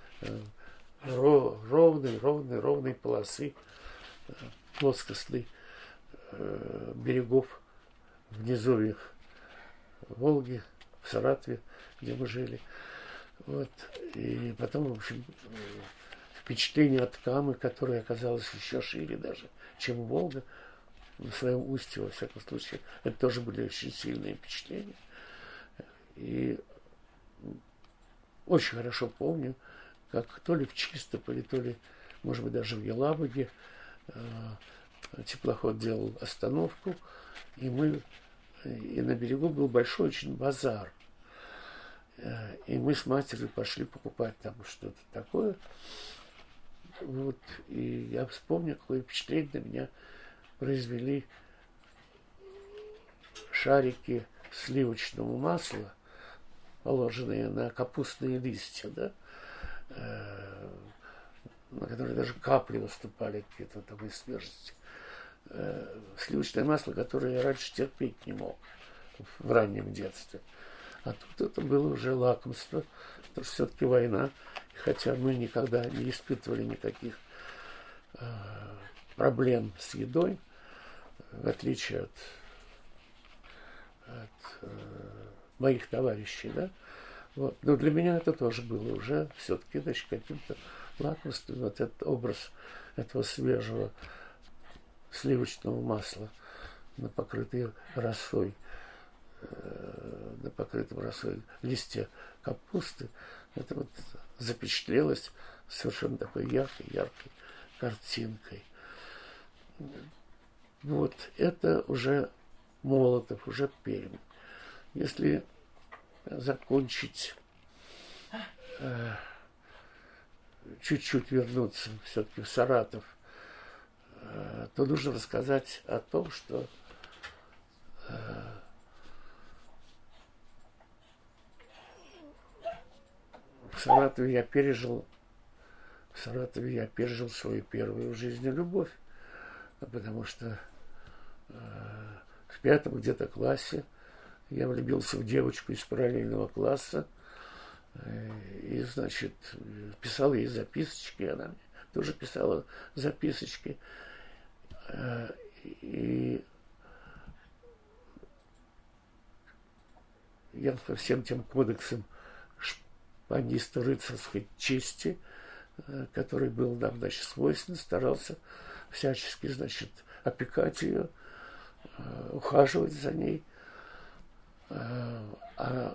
[SPEAKER 1] ровной полосы плоскостной берегов в низовьях Волги, в Саратове, где мы жили. Вот. И потом, в общем, впечатление от Камы, которое оказалось еще шире даже, чем Волга, на своем устье, во всяком случае, это тоже были очень сильные впечатления. И очень хорошо помню, как то ли в Чистополе, то ли, может быть, даже в Елабуге теплоход делал остановку, и на берегу был большой очень базар. И мы с матерью пошли покупать там что-то такое. Вот. И я вспомню, какое впечатление на меня произвели шарики сливочного масла, положенные на капустные листья, да, на которые даже капли выступали какие-то такой свежести. Сливочное масло, которое я раньше терпеть не мог в раннем детстве. А тут это было уже лакомство, потому что все-таки война, хотя мы никогда не испытывали никаких проблем с едой, в отличие от моих товарищей, да. Вот. Но для меня это тоже было уже все-таки, значит, каким-то лакомством. Вот этот образ этого свежего сливочного масла на покрытой росой, на покрытом росой листе капусты, это вот запечатлелось совершенно такой яркой картинкой. Вот это уже Молотов, уже Пермь. Если закончить, чуть-чуть вернуться все-таки в Саратов, то нужно рассказать о том, что в Саратове я пережил свою первую в жизни любовь, потому что в 5 где-то классе я влюбился в девочку из параллельного класса и, значит, писал ей записочки, она мне тоже писала записочки. И я по всем тем кодексам шпаниста-рыцарской чести, который был нам, значит, свойствен, старался всячески, значит, опекать ее, ухаживать за ней. А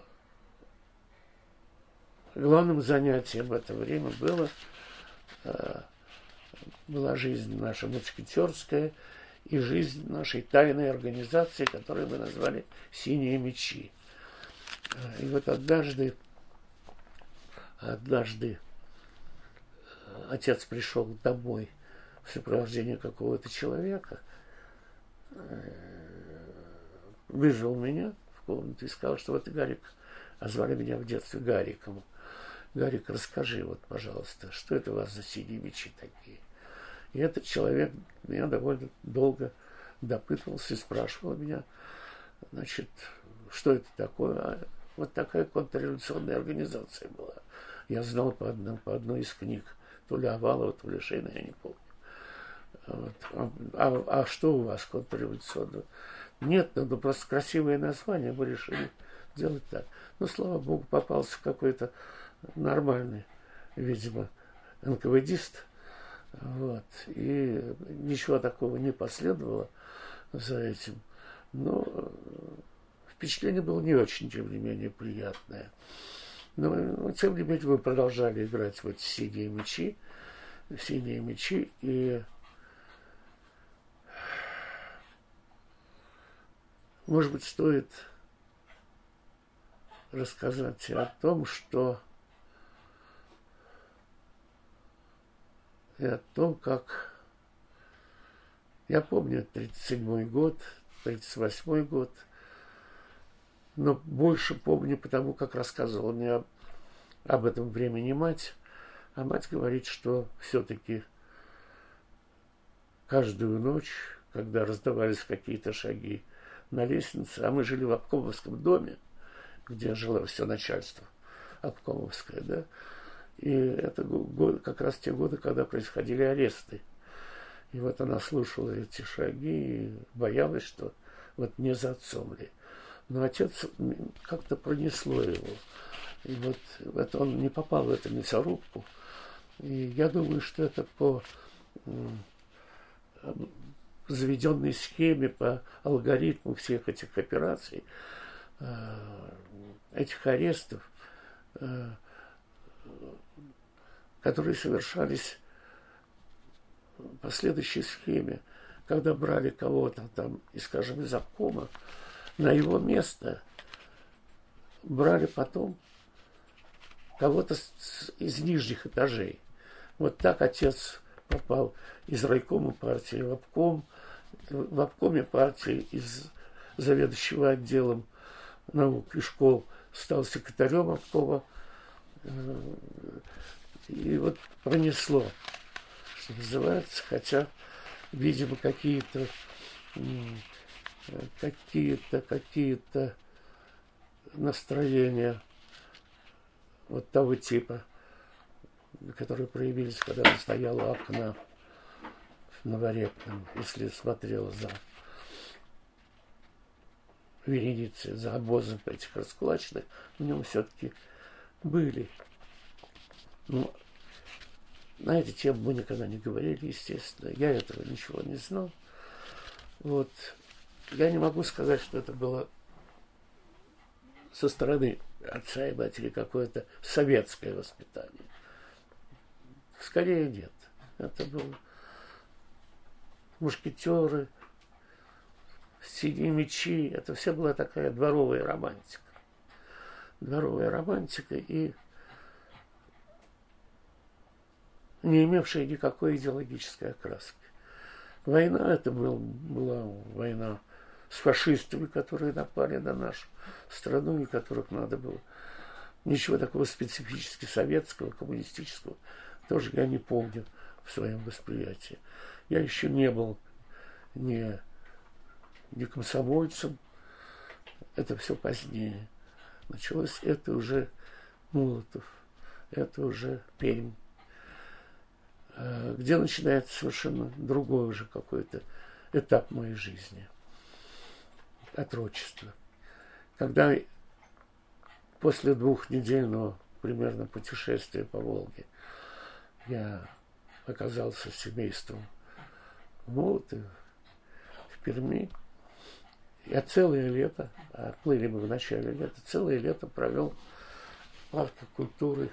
[SPEAKER 1] главным занятием в это время была жизнь наша мушкетерская и жизнь нашей тайной организации, которую мы назвали «Синие мечи». И вот однажды отец пришел домой в сопровождении какого-то человека, вызвал меня в комнату и сказал, что вот Гарик, а звали меня в детстве Гариком. Гарик, расскажи, вот, пожалуйста, что это у вас за синие мечи такие? И этот человек меня довольно долго допытывался и спрашивал меня, значит, что это такое? А вот такая контрреволюционная организация была. Я знал по одной из книг, то ли Овалова, то ли Шейна, я не помню. Вот. А что у вас контрреволюционного? Нет, ну просто красивое название, мы решили сделать так. Ну, слава богу, попался какой-то нормальный, видимо, НКВДист. Вот. И ничего такого не последовало за этим. Но впечатление было не очень, тем не менее, приятное. Но тем не менее, мы продолжали играть в эти синие мечи. И может быть, стоит рассказать о том, как я помню 37-й год, 38-й год, но больше помню потому, как рассказывала мне об этом времени мать. А мать говорит, что все-таки каждую ночь, когда раздавались какие-то шаги на лестнице, а мы жили в обкомовском доме, где жило все начальство обкомовское, да, и это как раз те годы, когда происходили аресты. И вот она слушала эти шаги и боялась, что вот не за отцом ли. Но отец как-то пронесло его. И вот это он не попал в эту мясорубку. И я думаю, что это по заведенной схеме, по алгоритму всех этих операций, этих арестов, которые совершались по следующей схеме. Когда брали кого-то там, скажем, из обкома, на его место брали потом кого-то из нижних этажей. Вот так отец попал из райкома партии в обком, в обкоме партии из заведующего отделом наук и школ стал секретарем обкома. И вот пронесло, что называется, хотя, видимо, какие-то настроения вот того типа которые проявились, когда она стояла у окна в Новорепном, если смотрела за вереницей, за обозом этих раскулаченных, в нем все-таки были. Но на эти темы мы никогда не говорили, естественно. Я этого ничего не знал. Вот. Я не могу сказать, что это было со стороны отца и матери какое-то советское воспитание. Скорее нет. Это было мушкетеры, синие мечи. Это все была такая дворовая романтика. Дворовая романтика и не имевшая никакой идеологической окраски. Война это была война с фашистами, которые напали на нашу страну, и которых надо было. Ничего такого специфически советского, коммунистического тоже я не помню в своем восприятии. Я еще не был ни комсомольцем, это все позднее. Началось это уже Молотов, это уже Пермь, где начинается совершенно другой уже какой-то этап моей жизни. Отрочество. Когда после двухнедельного примерно путешествия по Волге я оказался с семейством в Молотове, в Перми, я целое лето, отплыли мы в начале лета, целое лето провел в парке культуры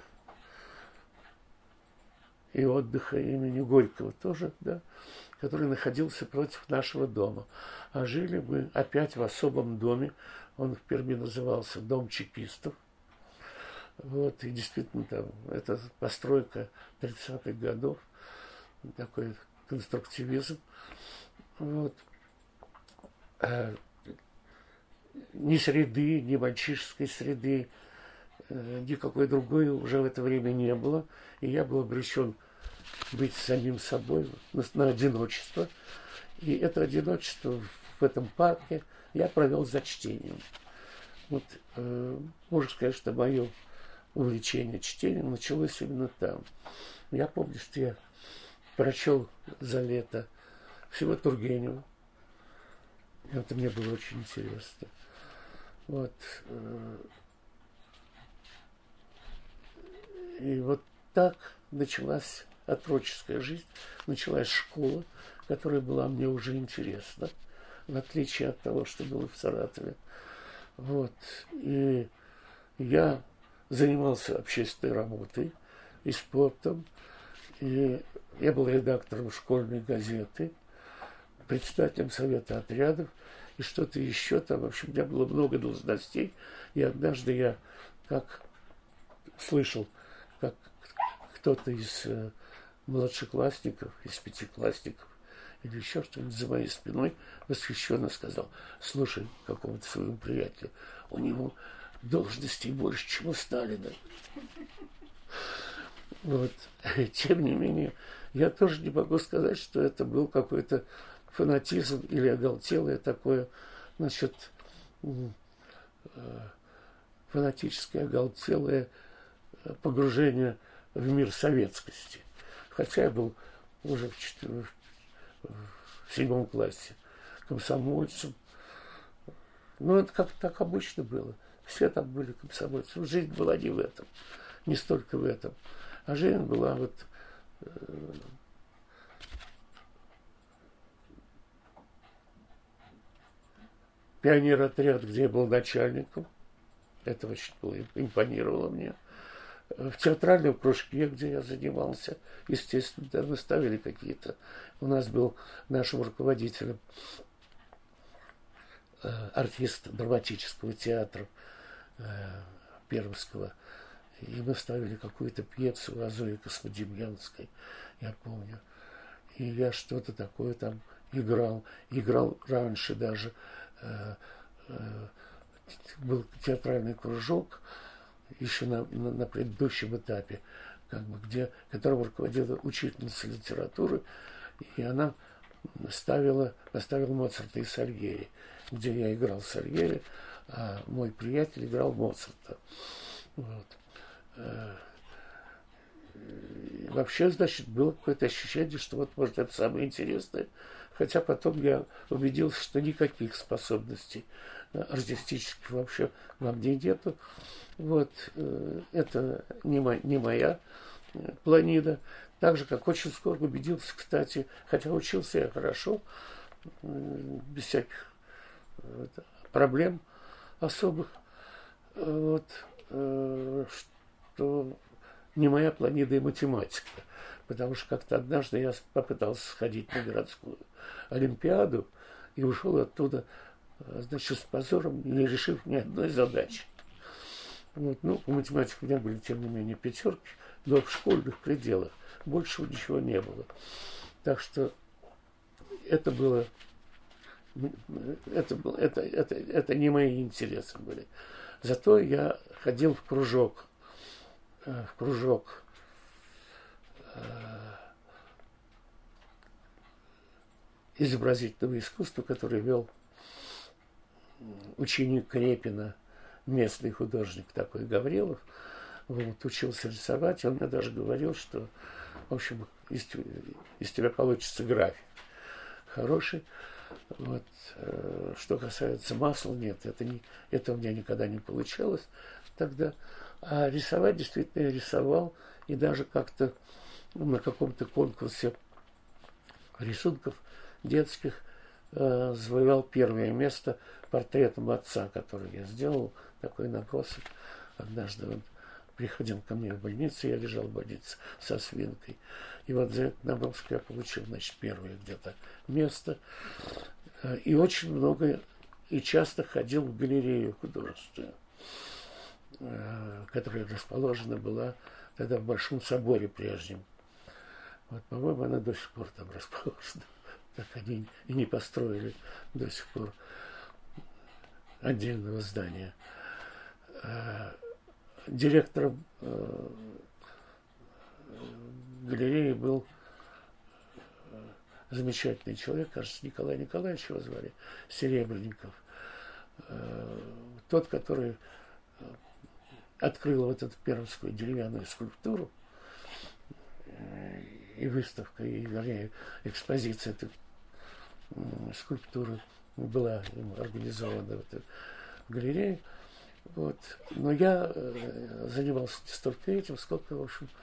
[SPEAKER 1] и отдыха имени Горького тоже, да, который находился против нашего дома. А жили мы опять в особом доме, он в Перми назывался Дом чекистов. Вот, и действительно там, это постройка 30-х годов, такой конструктивизм. Вот. Ни среды, ни мальчишеской среды, никакой другой уже в это время не было. И я был обречен быть самим собой на одиночество. И это одиночество в этом парке я провел за чтением. Вот, можно сказать, что мое увлечение чтением началось именно там. Я помню, что я прочел за лето всего Тургенева. И это мне было очень интересно. Вот. И вот так началась отроческая жизнь, началась школа, которая была мне уже интересна, в отличие от того, что было в Саратове. Вот. И я занимался общественной работой и спортом. И я был редактором школьной газеты, председателем совета отрядов и что-то еще там. В общем, у меня было много должностей. И однажды я как слышал, как кто-то из младшеклассников, из пятиклассников или еще что-нибудь за моей спиной восхищенно сказал: слушай, какому-то своему приятелю, у него должностей больше, чем у Сталина. Вот. Тем не менее, я тоже не могу сказать, что это был какой-то фанатизм или оголтелое такое, значит, фанатическое, оголтелое погружение в мир советскости. Хотя я был уже в 7 классе комсомольцем. Но это как так обычно было. Все там были комсомольцы. Жизнь была не в этом, не столько в этом. А жизнь была вот пионер-отряд, где я был начальником. Это очень было, импонировало мне. В театральном кружке, где я занимался, естественно, да, мы ставили какие-то. У нас был нашим руководителем артист драматического театра Пермского. И мы ставили какую-то пьесу о Зое Космодемьянской, я помню. И я что-то такое там играл. Играл раньше даже. Был театральный кружок еще на предыдущем этапе, которым руководила учительница литературы, и она поставила Моцарта и Сальери, где я играл Сальери, а мой приятель играл Моцарта. Вот. вообще, значит, было какое-то ощущение, что вот, может, это самое интересное. Хотя потом я убедился, что никаких способностей артистических вообще во мне нету. Вот, это не моя планида. Так же, как очень скоро убедился, кстати, хотя учился я хорошо, без всяких проблем особых, вот, что не моя планида и математика. Потому что как-то однажды я попытался сходить на городскую олимпиаду и ушел оттуда, значит, с позором, не решив ни одной задачи. Вот, ну, по математике у меня были, тем не менее, пятерки, но в школьных пределах большего ничего не было. Так что это было, это не мои интересы были. Зато я ходил в кружок изобразительного искусства, который вел ученик Крепина, местный художник такой Гаврилов. Вот, учился рисовать, он мне даже говорил, что, в общем, из тебя получится график хороший. Вот, что касается масла, нет, это у меня никогда не получалось тогда. А рисовать действительно я рисовал, и даже как-то на каком-то конкурсе рисунков детских завоевал первое место портретом отца, который я сделал, такой набросок. Однажды он приходил ко мне в больницу, я лежал в больнице со свинкой. И вот за этот набросок я получил, значит, первое где-то место. И очень много, и часто ходил в галерею художественную, которая расположена была тогда в Большом соборе прежнем. Вот, по-моему, она до сих пор там расположена. Так они и не построили до сих пор отдельного здания. Директором галереи был замечательный человек, кажется, Николай Николаевич его звали, Серебренников. Тот, который открыл вот эту пермскую деревянную скульптуру, и выставка, и, вернее, экспозиция этой скульптуры была им организована в этой галерее. Вот. Но я занимался не столько этим, сколько, в общем,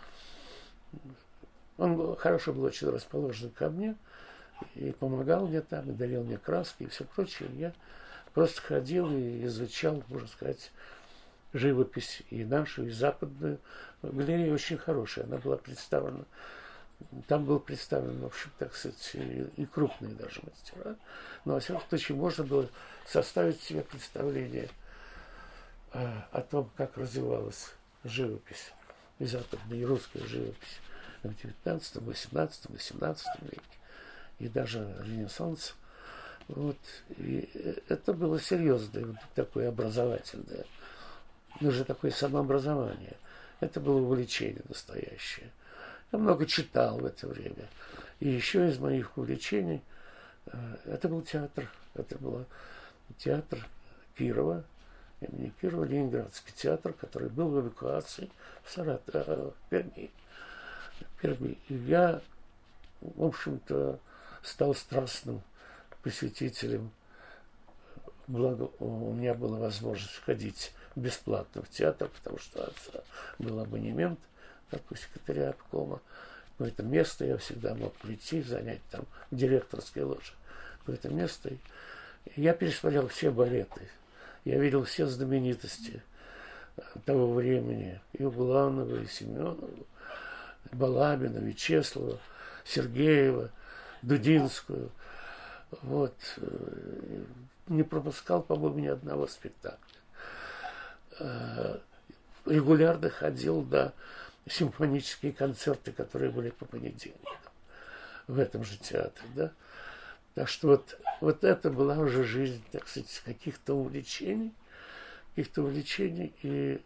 [SPEAKER 1] он хорошо был очень расположен ко мне, и помогал мне там, и дарил мне краски, и все прочее. Я просто ходил и изучал, можно сказать, живопись и нашу, и западную. Галерея очень хорошая, она была представлена. Там был представлен, в общем, так сказать, и крупные даже мастера. Но, во всяком случае, можно было составить себе представление о том, как развивалась живопись, и западная, и русская живопись в XIX, XVIII, XVIII веке, и даже Ренессанс. Вот. И это было серьезное, вот такое образовательное, уже такое самообразование. Это было увлечение настоящее. Я много читал в это время. И еще из моих увлечений это был театр. Это был театр Кирова, имени Кирова, Ленинградский театр, который был в эвакуации в Перми. И я, в общем-то, стал страстным посетителем. Благо, у меня была возможность ходить бесплатно в театр, потому что у отца был абонемент, как у секретаря обкома. В это место я всегда мог прийти, занять там в директорской ложе. В это место я пересмотрел все балеты. Я видел все знаменитости того времени. И Уланова, и Семенова, Балабина, Вячеслава, Сергеева, Дудинскую. Вот. Не пропускал, по-моему, ни одного спектакля. Регулярно ходил на симфонические концерты, которые были по понедельникам в этом же театре, да. Так что вот это была уже жизнь, так сказать, каких-то увлечений, и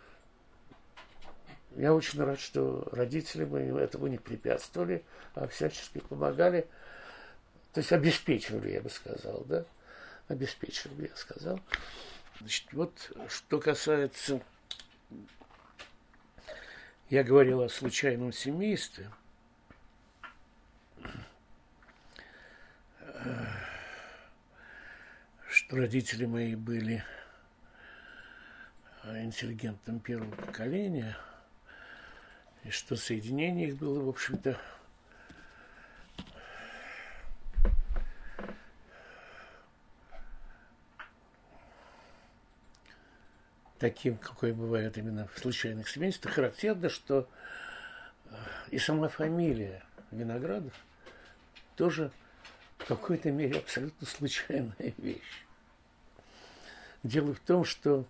[SPEAKER 1] я очень рад, что родители мои этому не препятствовали, а всячески помогали, то есть обеспечивали, я бы сказал, да, обеспечивали, я сказал. Значит, вот что касается я говорил о случайном семействе. Что родители мои были интеллигентом первого поколения, и что соединение их было, в общем-то, таким, какое бывает именно в случайных семействах. Характерно, что и сама фамилия Виноградов тоже в какой-то мере абсолютно случайная вещь. Дело в том, что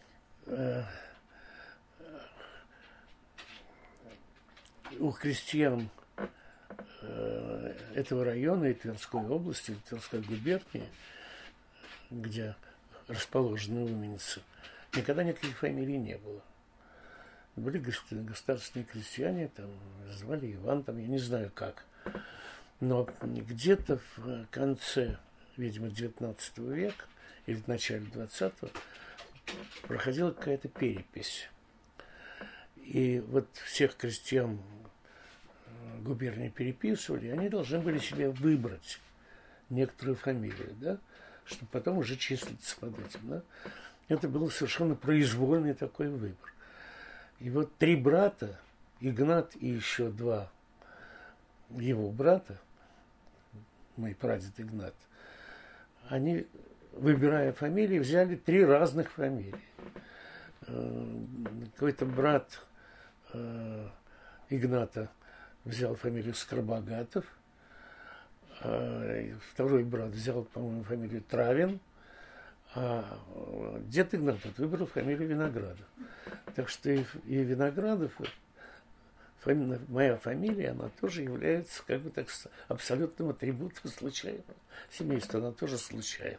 [SPEAKER 1] у крестьян этого района и Тверской области, Тверской губернии, где расположены Уменицы, никогда никаких фамилий не было. Были государственные крестьяне, там, звали Иван, там, я не знаю как. Но где-то в конце, видимо, 19 века или в начале 20-го проходила какая-то перепись. И вот всех крестьян губернии переписывали, и они должны были себе выбрать некоторую фамилию, да, чтобы потом уже числиться под этим, да. Это был совершенно произвольный такой выбор. И вот 3 брата, Игнат и еще 2 его брата, мой прадед Игнат, они, выбирая фамилии, взяли 3 разных фамилии. Какой-то брат Игната взял фамилию Скоробогатов, второй брат взял, по-моему, фамилию Травин, а дед Игнат выбрал фамилию Виноградов. Так что и Виноградов, моя фамилия, она тоже является как бы так абсолютным атрибутом случайного семейства, она тоже случайна.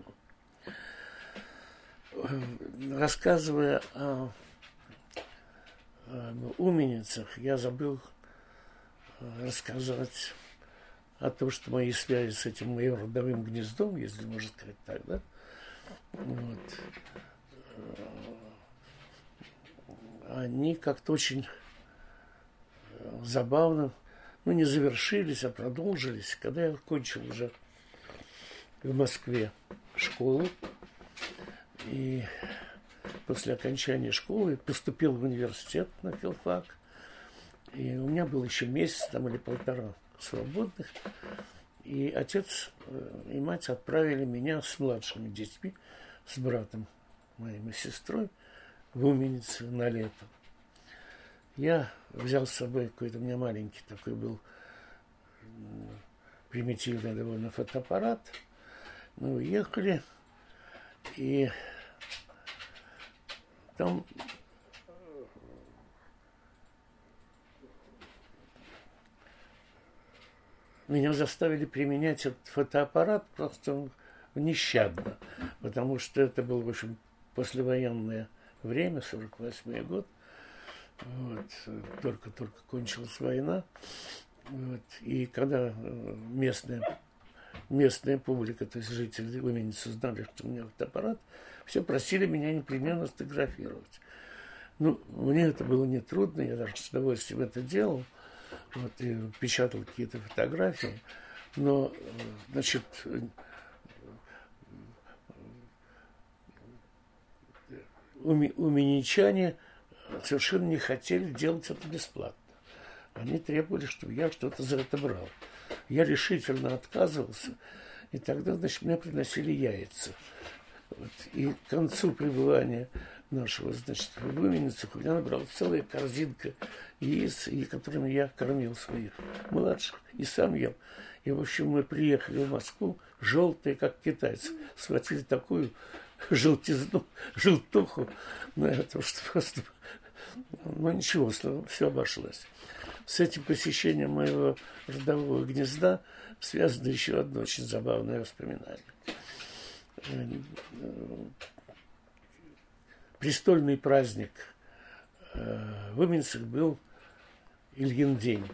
[SPEAKER 1] Рассказывая о Уменицах, я забыл рассказать о том, что мои связи с этим моим родовым гнездом, если можно сказать так, да, вот, они как-то очень забавно, ну, не завершились, а продолжились, когда я кончил уже в Москве школу. И после окончания школы поступил в университет на филфак. И у меня был еще месяц там или 1,5 свободных. И отец и мать отправили меня с младшими детьми, с братом моим и сестрой, в Уменицы на лето. Я взял с собой какой-то, у меня маленький такой был примитивный довольно фотоаппарат. Мы уехали, и там меня заставили применять этот фотоаппарат просто нещадно, потому что это было, в общем, послевоенное время, 48-й год. Вот, только-только кончилась война. Вот, и когда местная публика, то есть жители Уменицы, знали, что у меня фотоаппарат, все просили меня непременно сфотографировать. Ну, мне это было нетрудно, я даже с удовольствием это делал. Вот, и печатал какие-то фотографии. Но, значит, уменичане совершенно не хотели делать это бесплатно. Они требовали, чтобы я что-то за это брал. Я решительно отказывался, и тогда, значит, мне приносили яйца. Вот. И к концу пребывания нашего, значит, в Уменицах у меня набралась целая корзинка яиц, и которыми я кормил своих младших и сам ел. И, в общем, мы приехали в Москву, желтые, как китайцы, схватили такую желтуху на это, что просто... Ну, ничего, все обошлось. С этим посещением моего родового гнезда связано еще одно очень забавное воспоминание. Престольный праздник в Уменицах был Ильин день.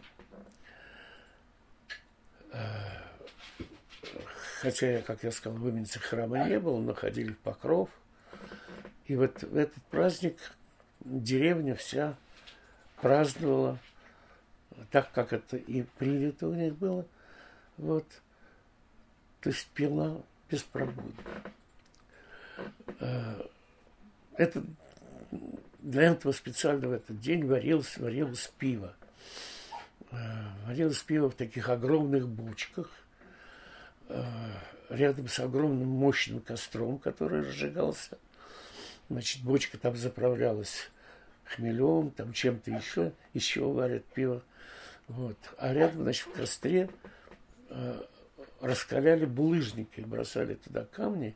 [SPEAKER 1] Хотя, как я сказал, в Уменицах храма не было, но ходили в Покров. И вот в этот праздник деревня вся праздновала так, как это и принято у них было. Вот. То есть пила беспробудно. Это, для этого специально в этот день варилось пиво. Варилось пиво в таких огромных бочках, рядом с огромным мощным костром, который разжигался. Значит, бочка там заправлялась хмелем, там чем-то еще варят пиво. Вот. А рядом, значит, в костре раскаляли булыжники, бросали туда камни.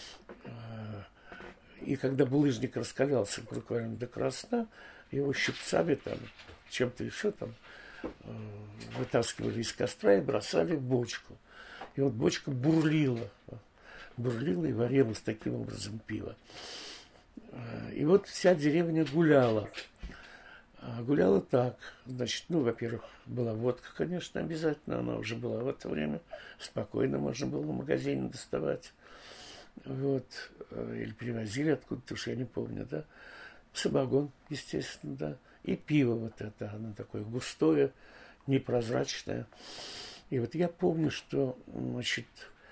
[SPEAKER 1] И когда булыжник раскалялся буквально до красна, его щипцами там, чем-то еще там вытаскивали из костра и бросали в бочку. И вот бочка бурлила и варилось таким образом пиво. И вот вся деревня гуляла. Гуляла так. Значит, во-первых, была водка, конечно, обязательно. Она уже была в это время. Спокойно можно было в магазине доставать. Вот. Или привозили откуда-то, уж я не помню, да. Самогон, естественно, да. И пиво вот это, оно такое густое, непрозрачное. И вот я помню, что, значит,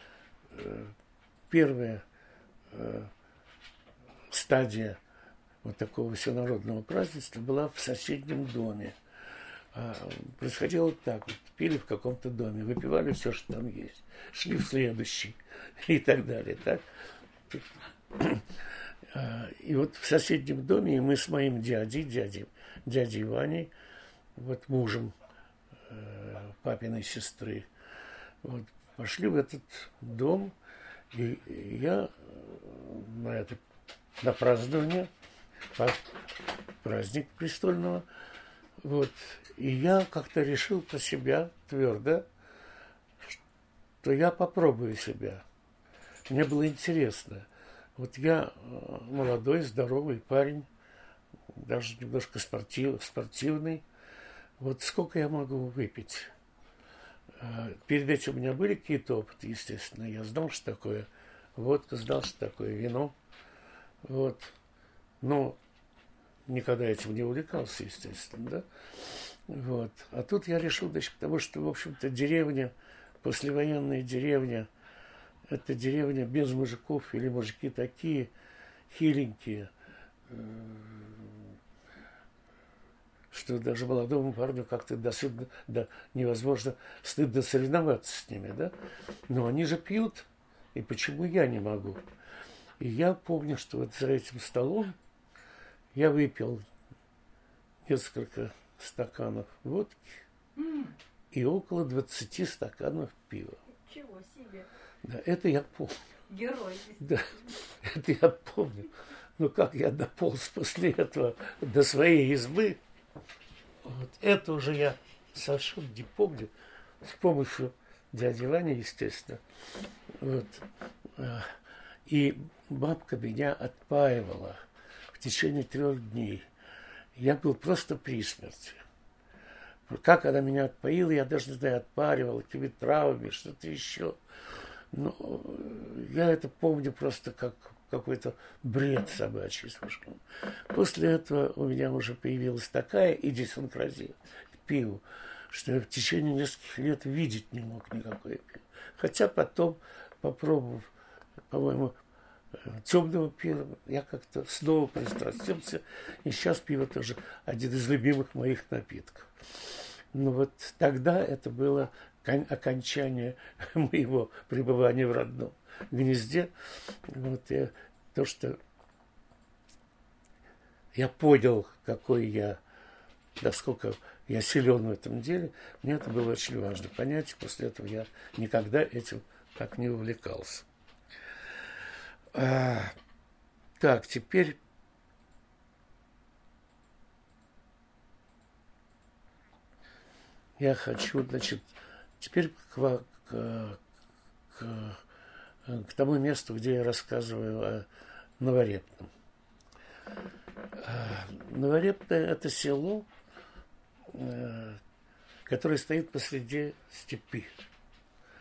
[SPEAKER 1] первая стадия вот такого всенародного празднества была в соседнем доме. Происходило так, вот, пили в каком-то доме, выпивали все, что там есть, шли в следующий и так далее. Так? И вот в соседнем доме мы с моим дядей Ваней, вот мужем папиной сестры, вот, пошли в этот дом, и я на празднование, праздник престольного, вот, и я как-то решил про себя твердо, что я попробую себя. Мне было интересно. Вот я молодой, здоровый парень, даже немножко спортивный. Вот сколько я могу выпить? Перед этим у меня были какие-то опыты, естественно. Я знал, что такое водка, знал, что такое вино. Вот. Но никогда этим не увлекался, естественно, да. Вот. А тут я решил, значит, потому что, в общем-то, деревня, послевоенная деревня, это деревня без мужиков, или мужики такие хиленькие, что даже молодому парню как-то невозможно, стыдно соревноваться с ними, да? Но они же пьют, и почему я не могу? И я помню, что вот за этим столом я выпил несколько стаканов водки и около 20 стаканов пива.
[SPEAKER 2] Ничего себе.
[SPEAKER 1] Да, это я помню.
[SPEAKER 2] Герой.
[SPEAKER 1] Да, это я помню. Но как я дополз после этого до своей избы, вот это уже я совершенно не помню. С помощью дяди Вани, естественно. Вот. И бабка меня отпаивала в течение 3 дней. Я был просто при смерти. Как она меня отпоила, я даже не знаю, отпаривала, какими травами, что-то еще. Но я это помню просто как какой-то бред собачий слишком. После этого у меня уже появилась такая идиосинкразия к пиву, что я в течение нескольких лет видеть не мог никакое пиво. Хотя потом, попробовав, по-моему, темного пива, я как-то снова пристрастился. И сейчас пиво тоже один из любимых моих напитков. Но вот тогда это было окончание моего пребывания в родном гнезде. Вот то, что я понял, какой я, насколько я силен в этом деле, мне это было очень важно понять. После этого я никогда этим так не увлекался. Так, теперь я хочу, значит, теперь к тому месту, где я рассказываю о Новорепном. Новорепное – это село, которое стоит посреди степи.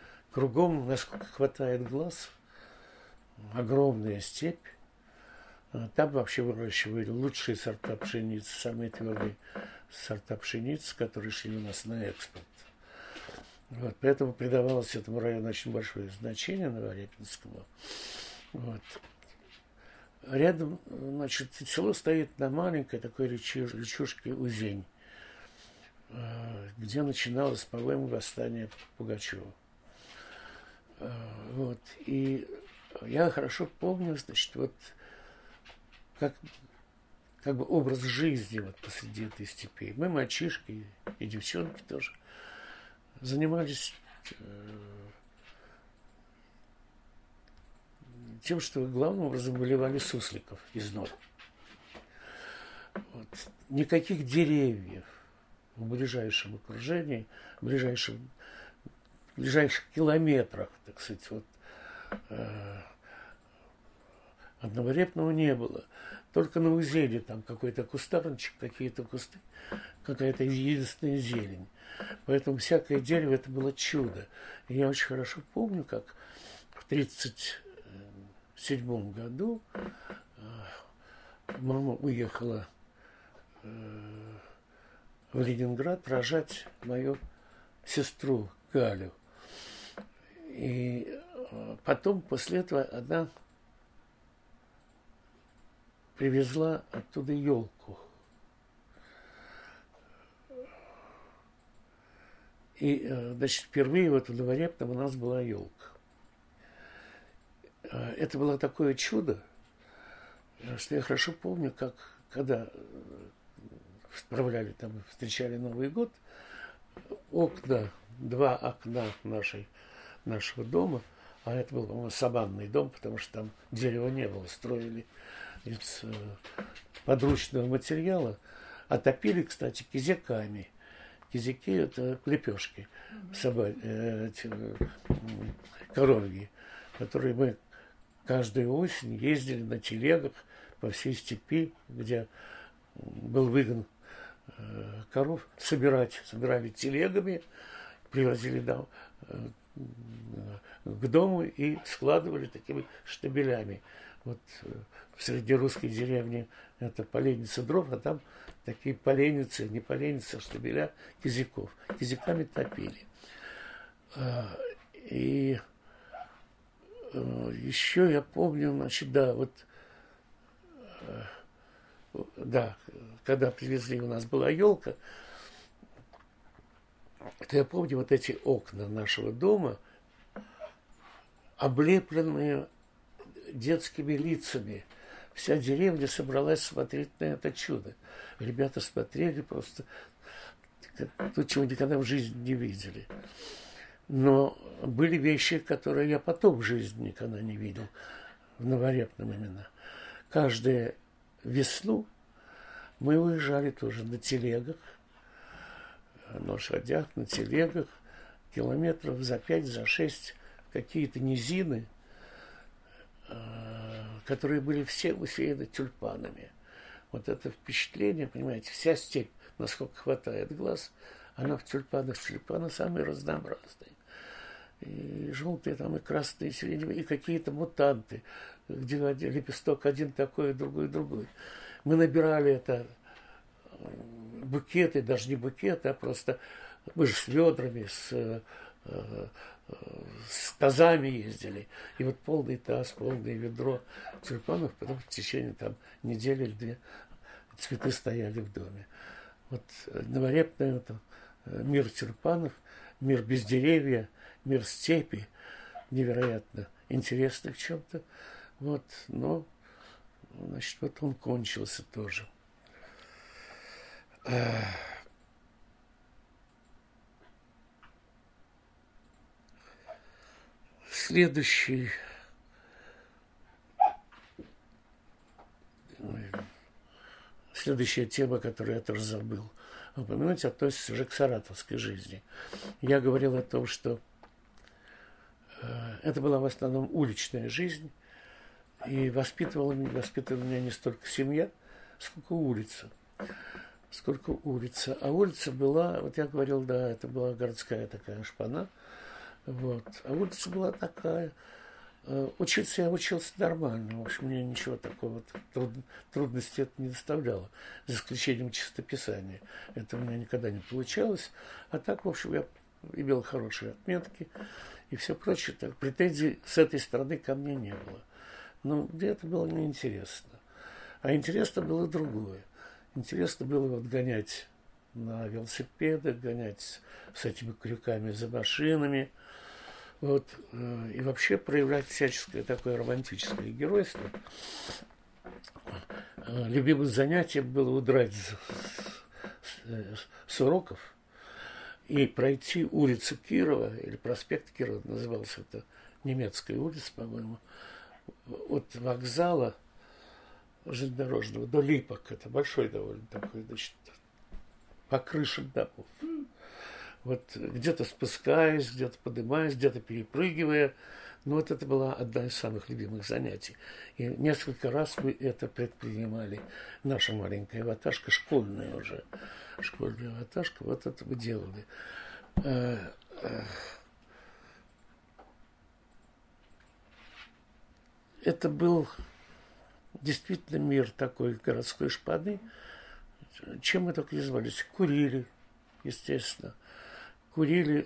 [SPEAKER 1] Кругом, насколько хватает глаз, огромная степь, Там вообще выращивали лучшие сорта пшеницы, самые твердые сорта пшеницы, которые шли у нас на экспорт. Вот, поэтому придавалось этому району очень большое значение, Новорепинскому. Вот. Рядом, значит, село стоит на маленькой такой речушке Узень, где начиналось, по-моему, восстание Пугачева. Вот. И я хорошо помню, значит, вот как бы образ жизни вот посреди этой степи. Мы, мальчишки и девчонки тоже, занимались тем, что главным образом выливали сусликов из нор. Вот. Никаких деревьев в ближайшем окружении, в ближайших километрах, так сказать, вот, от Новорепного не было. Только на узеле там какой-то кустарничек, какие-то кусты, какая-то единственная зелень. Поэтому всякое дерево это было чудо. И я очень хорошо помню, как в 1937 году мама уехала в Ленинград рожать мою сестру Галю. И потом, после этого, она привезла оттуда елку. И, значит, впервые вот в Новорепном у нас была елка. Это было такое чудо, что я хорошо помню, как когда справляли там, встречали Новый год, окна, 2 окна нашего дома, а это был, по-моему, сабанный дом, потому что там дерева не было, строили из подручного материала, отопили, кстати, кизяками. Кизяки – это лепешки коровьи, которые мы каждую осень ездили на телегах по всей степи, где был выгон коров, собирали телегами, привозили к дому и складывали такими штабелями. Вот в среднерусской деревне это поленница дров, а там такие поленницы, не поленницы, а штабеля кизяков. Кизяками топили. И еще я помню, значит, когда привезли, у нас была елка, то я помню вот эти окна нашего дома, облепленные детскими лицами. Вся деревня собралась смотреть на это чудо. Ребята смотрели просто то, чего никогда в жизни не видели. Но были вещи, которые я потом в жизни никогда не видел, в Новорепном именно. Каждую весну мы уезжали тоже на телегах, на лошадях, на телегах, километров за 5, за 6, какие-то низины, которые были все усеяны тюльпанами. Вот это впечатление, понимаете, вся степь, насколько хватает глаз, она в тюльпанах. Тюльпаны самые разнообразные. И желтые, там, и красные, и сиреневые, и какие-то мутанты, где лепесток один такой, другой. Мы набирали это букеты, даже не букеты, а просто мы же с ведрами, с тазами ездили. И вот полный таз, полное ведро тюльпанов, потом в течение там недели или 2 цветы стояли в доме. Вот Новорепное это мир тюльпанов, мир бездеревья, мир степи, невероятно интересный в чем-то. Вот, но, значит, вот он кончился тоже. Следующая тема, которую я тоже забыл упомянуть, относится уже к саратовской жизни. Я говорил о том, что это была в основном уличная жизнь, и воспитывала меня не столько семья, сколько улица. А улица была, вот я говорил, да, это была городская такая шпана, вот. А улица была такая, Учиться я учился нормально. В общем, мне ничего такого трудностей это не доставляло. За исключением чистописания. Это у меня никогда не получалось. А так, в общем, я имел хорошие отметки и все прочее. Так, претензий с этой стороны ко мне не было. Но где это было неинтересно. А интересно было другое. Интересно было вот гонять на велосипедах, гонять с этими крюками за машинами. Вот, и вообще проявлять всяческое такое романтическое геройство. Любимым занятием было удрать с уроков и пройти улицу Кирова, или проспект Кирова, назывался это немецкая улица, по-моему, от вокзала железнодорожного до Липок. Это большой довольно такой, значит, по крышам домов. Вот где-то спускаясь, где-то поднимаясь, где-то перепрыгивая. Но вот это была одна из самых любимых занятий. И несколько раз мы это предпринимали. Наша маленькая ваташка, школьная уже. Школьная ваташка, вот это мы делали. Это был действительно мир такой городской шпаны. Чем мы только не звались? Курили, естественно. Курили,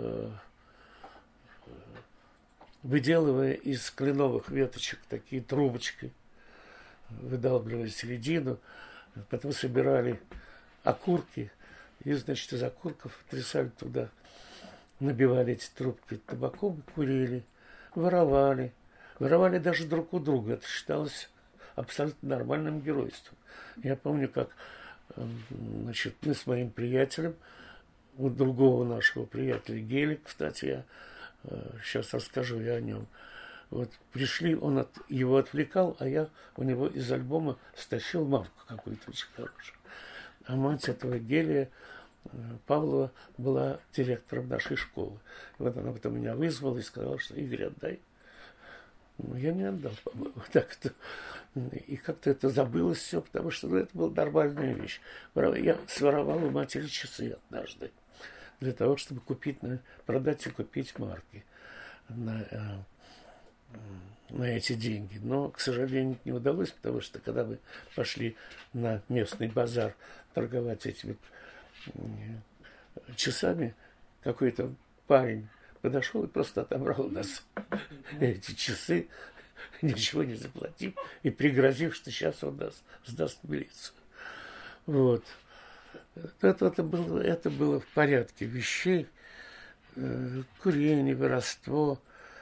[SPEAKER 1] выделывая из кленовых веточек такие трубочки, выдалбливая середину, потом собирали окурки и, значит, из окурков трясали туда, набивали эти трубки табаком и курили, воровали. Воровали даже друг у друга. Это считалось абсолютно нормальным геройством. Я помню, как, значит, мы с моим приятелем, у другого нашего приятеля Гелик, кстати, я сейчас расскажу я о нем. Вот пришли, он его отвлекал, а я у него из альбома стащил марку какую-то очень хорошую. А мать этого Гелия, Павлова, была директором нашей школы. И вот она потом меня вызвала и сказала, что Игорь, отдай. Ну, я не отдал, по-моему. Так-то. И как-то это забылось все, потому что это была нормальная вещь. Я своровал у матери часы однажды для того, чтобы продать и купить марки на эти деньги. Но, к сожалению, не удалось, потому что когда мы пошли на местный базар торговать этими часами, какой-то парень подошел и просто отобрал у нас эти часы, ничего не заплатив, и пригрозив, что сейчас он нас сдаст в милицию. Вот. Это было в порядке вещей. Курение, воровство.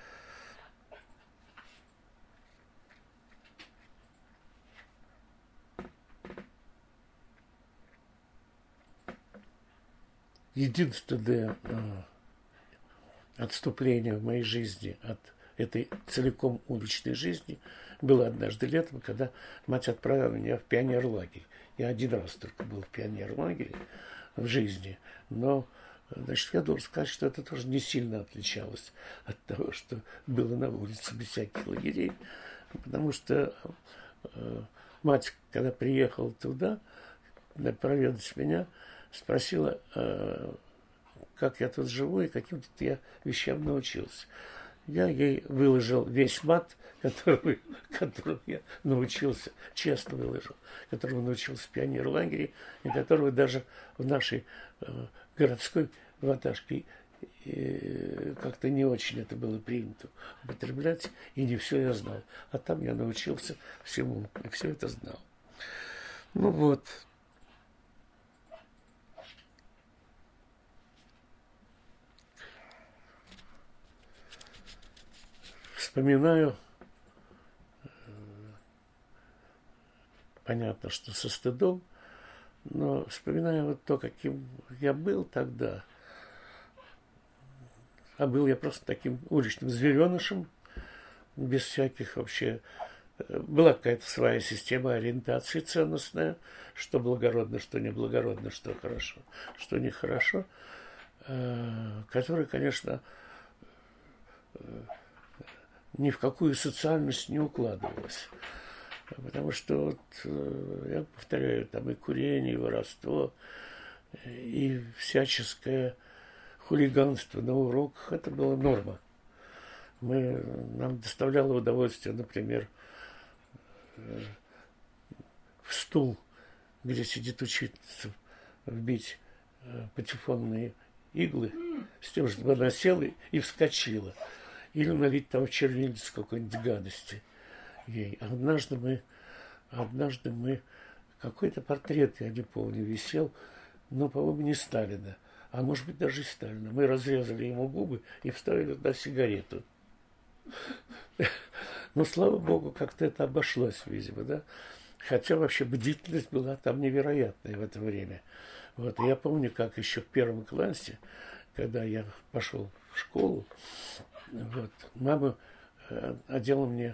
[SPEAKER 1] Единственное отступление в моей жизни от этой целиком уличной жизни было однажды летом, когда мать отправила меня в пионерлагерь. Я один раз только был в пионерлагере в жизни, но, значит, я должен сказать, что это тоже не сильно отличалось от того, что было на улице без всяких лагерей, потому что мать, когда приехала туда проведать меня, спросила, как я тут живу и каким-то я вещам научился. Я ей выложил весь мат, которому я научился, честно выложил, которому научился в пионерлагере, и которого даже в нашей городской ваташке как-то не очень это было принято употреблять, и не все я знал. А там я научился всему, и все это знал. Ну вот. Вспоминаю, понятно, что со стыдом, но вспоминаю вот то, каким я был тогда. А был я просто таким уличным зверенышем, без всяких вообще... Была какая-то своя система ориентации ценностная, что благородно, что неблагородно, что хорошо, что нехорошо, которая, конечно, ни в какую социальность не укладывалась. Потому что, вот, я повторяю, там и курение, и воровство, и всяческое хулиганство на уроках, это была норма. Нам доставляло удовольствие, например, в стул, где сидит учительница, вбить патефонные иглы с тем, чтобы она села и вскочила. Или налить там в чернильницу какой-нибудь гадости ей. Однажды мы какой-то портрет, я не помню, висел, но, по-моему, не Сталина, а может быть даже и Сталина. Мы разрезали ему губы и вставили туда сигарету. Но, слава богу, как-то это обошлось, видимо, да. Хотя вообще бдительность была там невероятная в это время. Вот. Я помню, как еще в первом классе, когда я пошел в школу, вот, мама одела мне,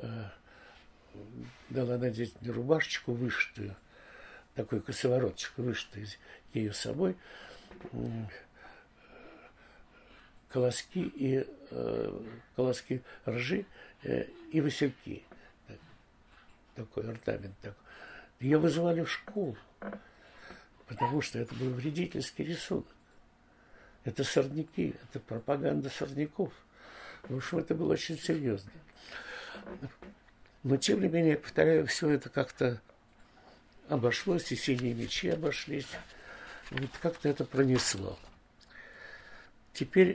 [SPEAKER 1] дала надеть мне рубашечку вышитую, такой косовороточку вышитую ею собой, колоски ржи и васильки. Такой орнамент такой. Ее вызывали в школу, потому что это был вредительский рисунок. Это сорняки, это пропаганда сорняков. В общем, это было очень серьезно. Но, тем не менее, повторяю, все это как-то обошлось, и синие мечи обошлись. Вот как-то это пронесло. Теперь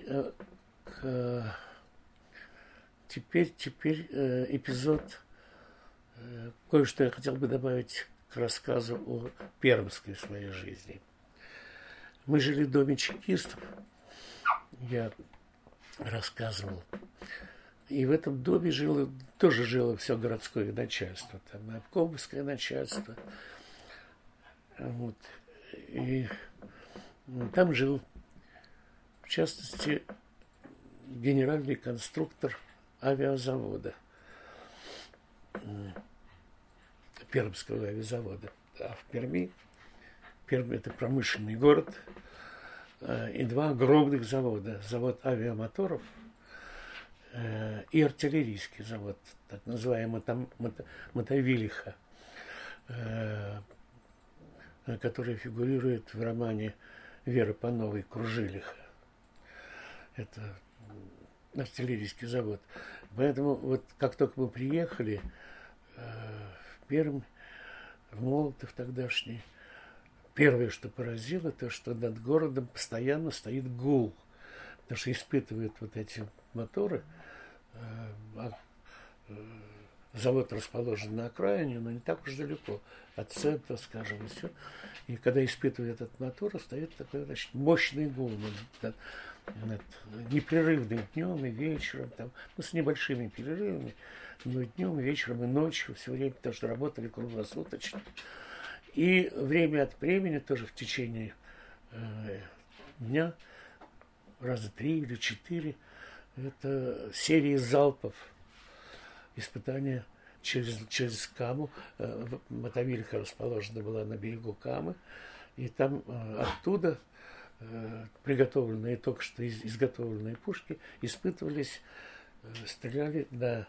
[SPEAKER 1] эпизод, кое-что я хотел бы добавить к рассказу о пермской своей жизни. Мы жили в доме чекистов, я рассказывал. И в этом доме тоже жило все городское начальство, там обкомовское начальство. Вот. И там жил, в частности, генеральный конструктор авиазавода, Пермского авиазавода. А в Перми это промышленный город, и два огромных завода. Завод авиамоторов и артиллерийский завод, так называемый Мотовилиха, который фигурирует в романе Веры Пановой «Кружилиха». Это артиллерийский завод. Поэтому вот как только мы приехали в Пермь, в Молотов тогдашний, первое, что поразило, то, что над городом постоянно стоит гул, потому что испытывают вот эти моторы. Завод расположен на окраине, но не так уж далеко от центра, скажем, и все. И когда испытывают этот мотор, стоит такой, значит, мощный гул над непрерывным днем и вечером, там, с небольшими перерывами, но и днем, и вечером, и ночью, все время, потому что работали круглосуточно. И время от времени, тоже в течение дня, раза 3 или 4, это серии залпов, испытания через Каму. Мотовилиха расположена была на берегу Камы, и там оттуда приготовленные, только что изготовленные пушки испытывались, стреляли на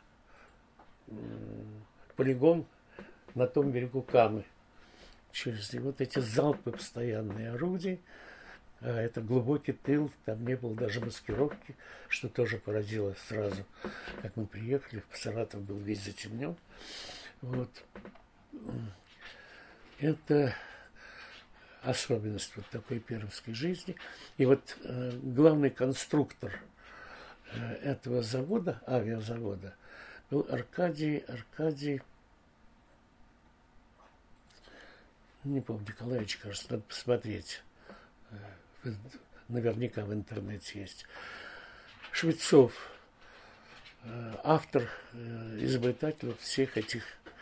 [SPEAKER 1] полигон на том берегу Камы. Через вот эти залпы постоянные орудий. Это глубокий тыл, там не было даже маскировки, что тоже поразило сразу, как мы приехали. Саратов был весь затемнен. Вот. Это особенность вот такой пермской жизни. И вот главный конструктор этого завода, авиазавода, был Аркадий, не помню, Николаевич, кажется, надо посмотреть. Наверняка в интернете есть. Швецов, автор, изобретатель вот всех этих,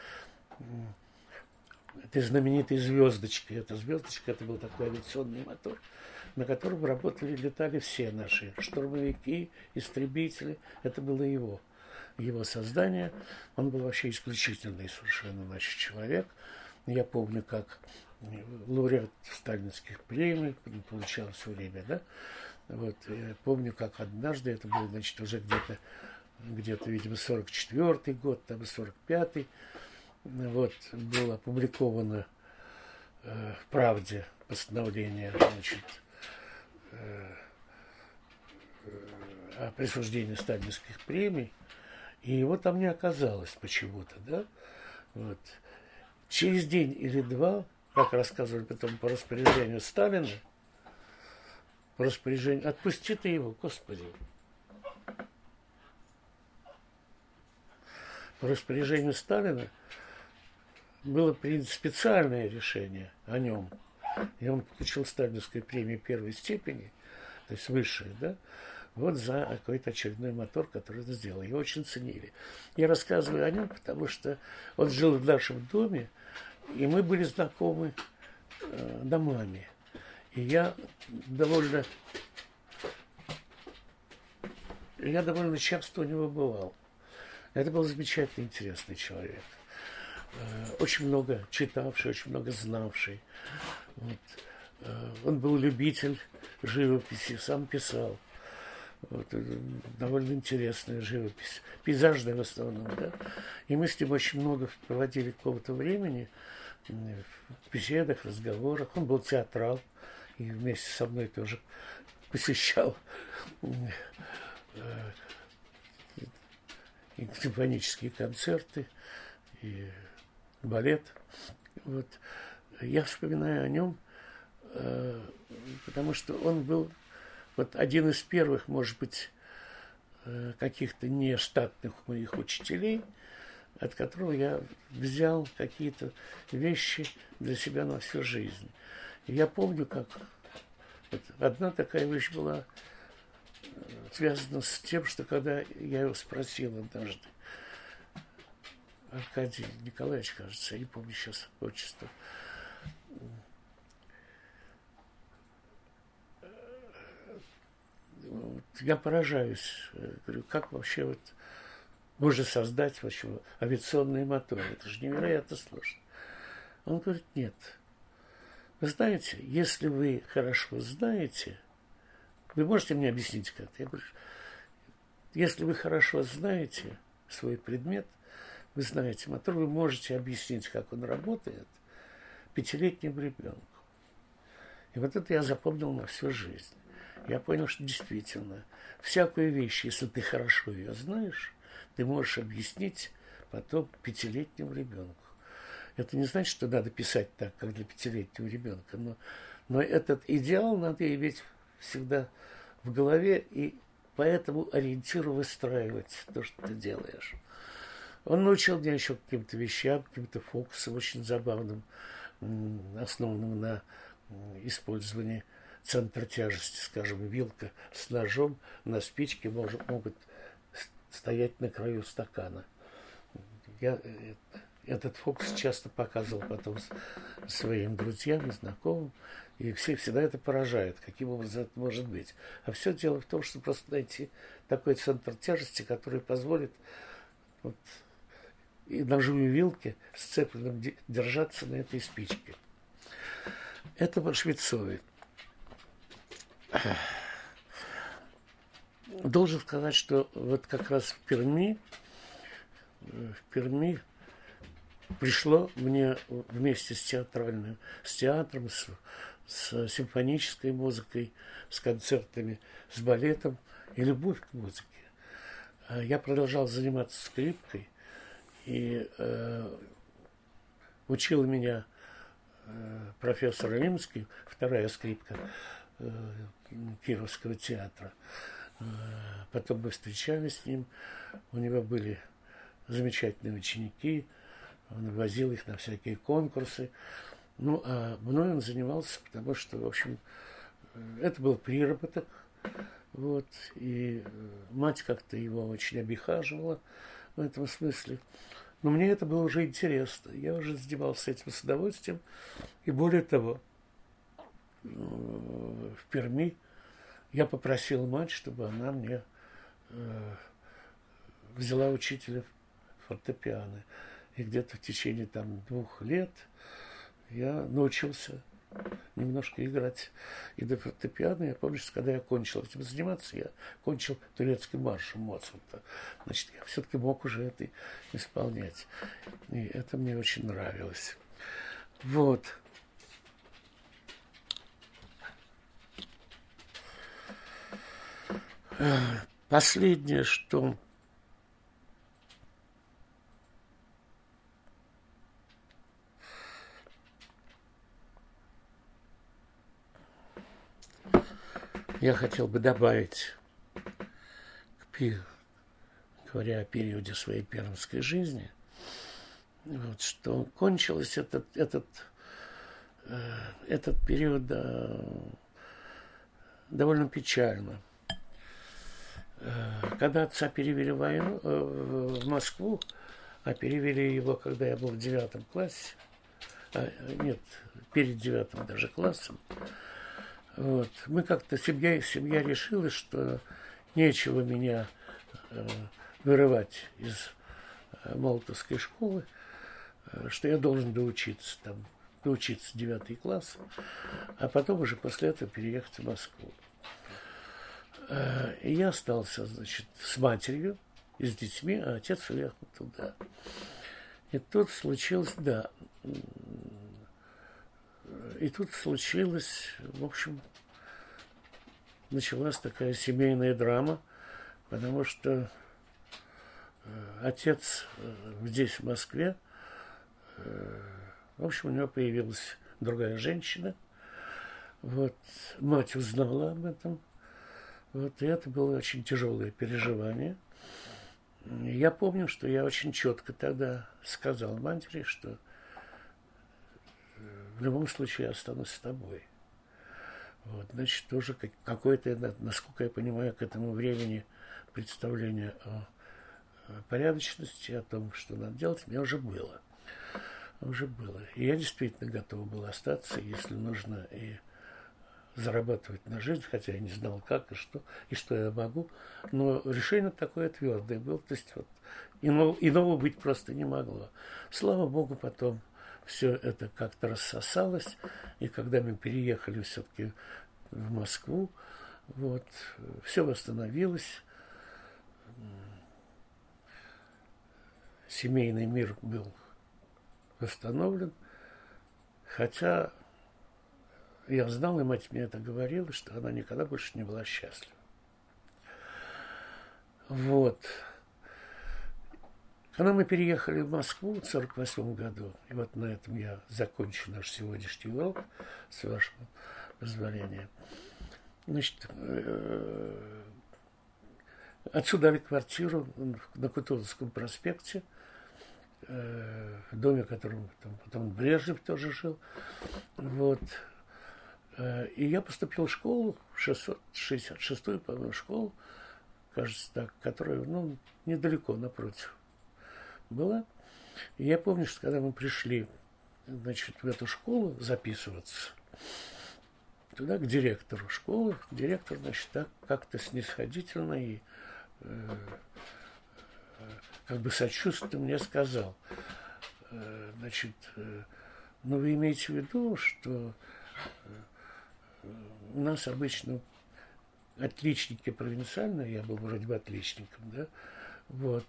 [SPEAKER 1] этой знаменитой звездочки. Эта звездочка, это был такой авиационный мотор, на котором летали все наши штурмовики, истребители. Это было его создание. Он был вообще исключительный совершенно, значит, человек. Я помню, как лауреат сталинских премий получал все время, да. Вот, я помню, как однажды, это было, значит, уже где-то, видимо, 44-й год, там, 45-й, вот, было опубликовано в «Правде» постановление, значит, присуждения сталинских премий, и его там не оказалось почему-то, да? Вот. Через день или два, как рассказывали потом по распоряжению Сталина, по распоряжению... Отпусти ты его, Господи. По распоряжению Сталина было принято специальное решение о нем. И он получил сталинскую премию первой степени, то есть высшую, да, вот за какой-то очередной мотор, который он сделал. Его очень ценили. Я рассказываю о нем, потому что он жил в нашем доме, и мы были знакомы домами. И я довольно часто у него бывал. Это был замечательный, интересный человек. Очень много читавший, очень много знавший. Вот. Он был любитель живописи, сам писал. Вот. Довольно интересная живопись. Пейзажная в основном, да. И мы с ним очень много проводили какого-то времени в беседах, разговорах. Он был театрал и вместе со мной тоже посещал и симфонические концерты, и балет. Вот. Я вспоминаю о нем, потому что он был вот один из первых, может быть, каких-то нештатных моих учителей, от которого я взял какие-то вещи для себя на всю жизнь. И я помню, как вот одна такая вещь была связана с тем, что когда я его спросил однажды, Аркадий Николаевич, кажется, я не помню сейчас отчество, я поражаюсь, говорю, как вообще вот можно создать вообще авиационные моторы? Это же невероятно сложно. Он говорит, нет. Вы знаете, если вы хорошо знаете, вы можете мне объяснить как-то? Я говорю, если вы хорошо знаете свой предмет, вы знаете мотор, вы можете объяснить, как он работает пятилетнему ребенку. И вот это я запомнил на всю жизнь. Я понял, что действительно, всякую вещь, если ты хорошо ее знаешь, ты можешь объяснить потом пятилетнему ребенку. Это не значит, что надо писать так, как для пятилетнего ребенка, но этот идеал надо иметь всегда в голове, и поэтому ориентиру выстраивать то, что ты делаешь. Он научил меня еще каким-то вещам, каким-то фокусам очень забавным, основанным на использовании центра тяжести, скажем, вилка с ножом на спичке могут стоять на краю стакана. Я этот фокус часто показывал потом своим друзьям и знакомым, и все всегда это поражает, каким образом это может быть. А все дело в том, что просто найти такой центр тяжести, который позволит вот, и ножу и вилке сцепленным держаться на этой спичке. Это Большвицове. Должен сказать, что вот как раз в Перми пришло мне вместе с театром, с симфонической музыкой, с концертами, с балетом и любовь к музыке. Я продолжал заниматься скрипкой, и учил меня профессор Римский, вторая скрипка Кировского театра. Потом мы встречались с ним, у него были замечательные ученики, он возил их на всякие конкурсы. Ну, а мной он занимался, потому что, в общем, это был приработок. Вот, и мать как-то его очень обихаживала в этом смысле. Но мне это было уже интересно. Я уже занимался этим с удовольствием. И более того, в Перми я попросил мать, чтобы она мне взяла учителя фортепиано. И где-то в течение 2 лет я научился немножко играть и до фортепиано. Я помню, что когда я кончил этим заниматься, я кончил турецким маршем Моцарта. Значит, я все-таки мог уже это исполнять. И это мне очень нравилось. Вот. последнее, что я хотел бы добавить, говоря о периоде своей пермской жизни, вот, что кончился этот период довольно печально. Когда отца перевели в Москву, а перевели его, когда я был в 9 классе, нет, перед 9 даже классом, вот, мы как-то, семья решила, что нечего меня вырывать из Молотовской школы, что я должен доучиться 9 класс, а потом уже после этого переехать в Москву. И я остался, значит, с матерью и с детьми, а отец уехал туда. И тут случилось, в общем, началась такая семейная драма, потому что отец здесь, в Москве, в общем, у него появилась другая женщина. Вот, мать узнала об этом. Вот, и это было очень тяжелое переживание. Я помню, что я очень четко тогда сказал матери, что в любом случае я останусь с тобой. Вот, значит, тоже какое-то, насколько я понимаю, к этому времени представление о порядочности, о том, что надо делать, у меня уже было. И я действительно готов был остаться, если нужно, и зарабатывать на жизнь, хотя я не знал, как и что я могу. Но решение такое твердое было. То есть вот, иного быть просто не могло. Слава Богу, потом все это как-то рассосалось. И когда мы переехали все-таки в Москву, вот, все восстановилось. Семейный мир был восстановлен. Хотя я знал, и мать мне это говорила, что она никогда больше не была счастлива. Вот. Когда мы переехали в Москву в 1948 году, и вот на этом я закончу наш сегодняшний урок, с вашего позволения, значит, отцу дали квартиру на Кутузовском проспекте, в доме, в котором потом Брежнев тоже жил. Вот. И я поступил в школу, в 666-ю, по-моему, школу, кажется так, которая, недалеко напротив была. И я помню, что когда мы пришли, значит, в эту школу записываться, туда к директору школы, директор, значит, так как-то снисходительно и как бы сочувственно мне сказал, значит, вы имеете в виду, что у нас обычно отличники провинциальные, я был вроде бы отличником, да, вот,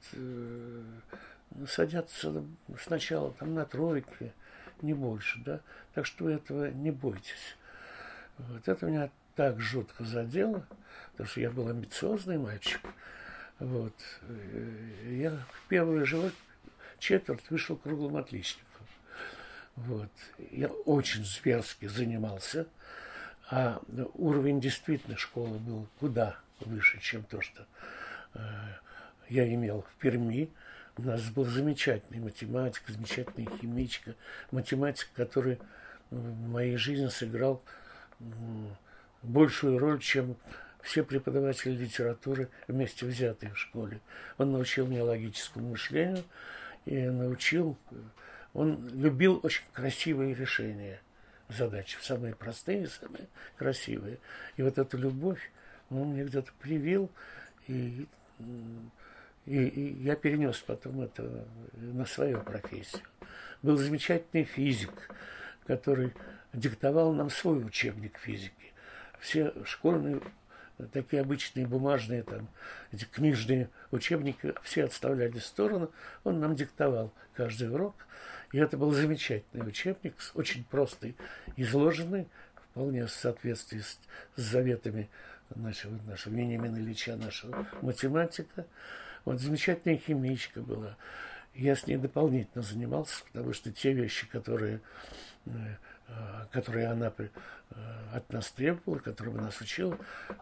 [SPEAKER 1] садятся сначала там на тройке, не больше, да, так что вы этого не бойтесь. Вот это меня так жутко задело, потому что я был амбициозный мальчик. Вот. Я в первую же четверть вышел круглым отличником. Вот. Я очень зверски занимался, а уровень действительно школы был куда выше, чем то, что я имел в Перми. У нас был замечательный математик, замечательная химичка, математик, который в моей жизни сыграл большую роль, чем все преподаватели литературы вместе взятые в школе. Он научил меня логическому мышлению и он любил очень красивые решения задач, самые простые, самые красивые. И вот эту любовь он мне где-то привил, и я перенес потом это на свою профессию. Был замечательный физик, который диктовал нам свой учебник физики. Все школьные, такие обычные бумажные, эти книжные учебники, все отставляли в сторону. Он нам диктовал каждый урок. И это был замечательный учебник, очень простый, изложенный, вполне в соответствии с заветами нашего Вениамина Ильича, нашего математика. Вот замечательная химичка была. Я с ней дополнительно занимался, потому что те вещи, которые она от нас требовала, которым нас учила,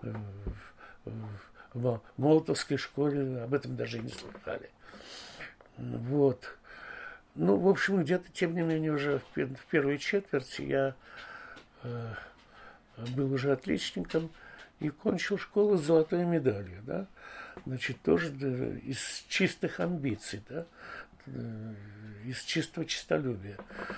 [SPEAKER 1] в Молотовской школе об этом даже и не слыхали. Вот. Ну, в общем, где-то, тем не менее, уже в первой четверти я был уже отличником и кончил школу с золотой медалью, да. Значит, тоже из чистых амбиций, да, из чистого честолюбия.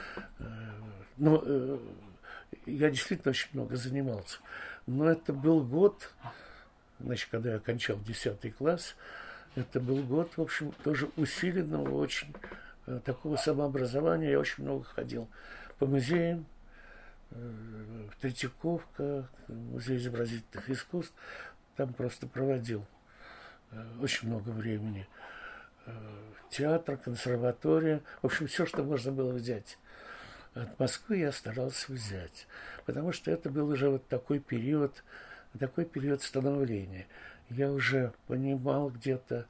[SPEAKER 1] Но я действительно очень много занимался. Но это был год, значит, когда я окончал 10 класс, это был год, в общем, тоже усиленного очень такого самообразования. Я очень много ходил по музеям, в Третьяковка, музей изобразительных искусств. Там просто проводил очень много времени. Театр, консерватория, в общем, все, что можно было взять от Москвы, я старался взять. Потому что это был уже вот такой период становления. Я уже понимал где-то,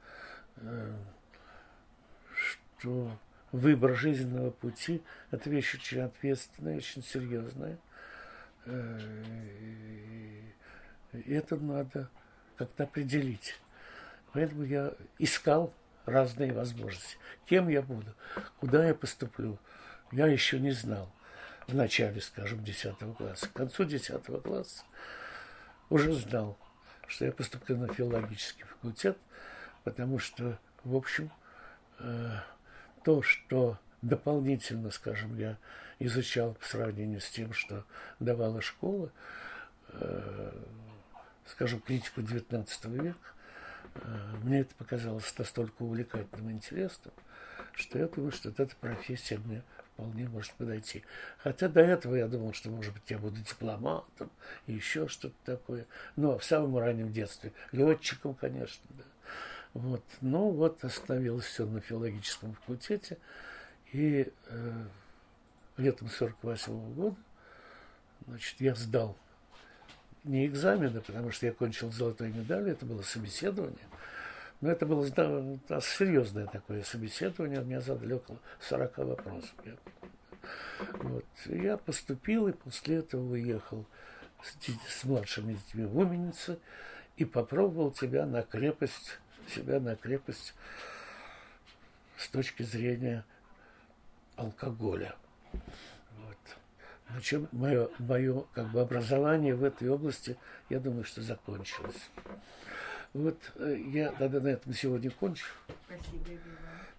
[SPEAKER 1] что выбор жизненного пути – это вещь очень ответственная, очень серьезная. И это надо как-то определить. Поэтому я искал разные возможности. Кем я буду, куда я поступлю, я еще не знал. В начале, скажем, 10 класса. К концу 10 класса уже знал, что я поступлю на филологический факультет, потому что, в общем, то, что дополнительно, скажем, я изучал по сравнению с тем, что давала школа, скажем, критику XIX века, мне это показалось настолько увлекательным и интересным, что я думаю, что эта профессия мне вполне может подойти. Хотя до этого я думал, что, может быть, я буду дипломатом и еще что-то такое. Но в самом раннем детстве летчиком, конечно, да. Вот. Ну, вот остановилось все на филологическом факультете. И летом 1948 года, значит, я сдал не экзамены, потому что я кончил с золотой медалью, это было собеседование. Но это было серьезное такое собеседование, меня задали около 40 вопросов. Вот. Я поступил и после этого уехал с младшими детьми в Уменице и попробовал себя на крепость с точки зрения алкоголя. Вот. Значит, мое как бы образование в этой области, я думаю, что закончилось. Вот я тогда на этом сегодня кончу.
[SPEAKER 2] Спасибо, Иван.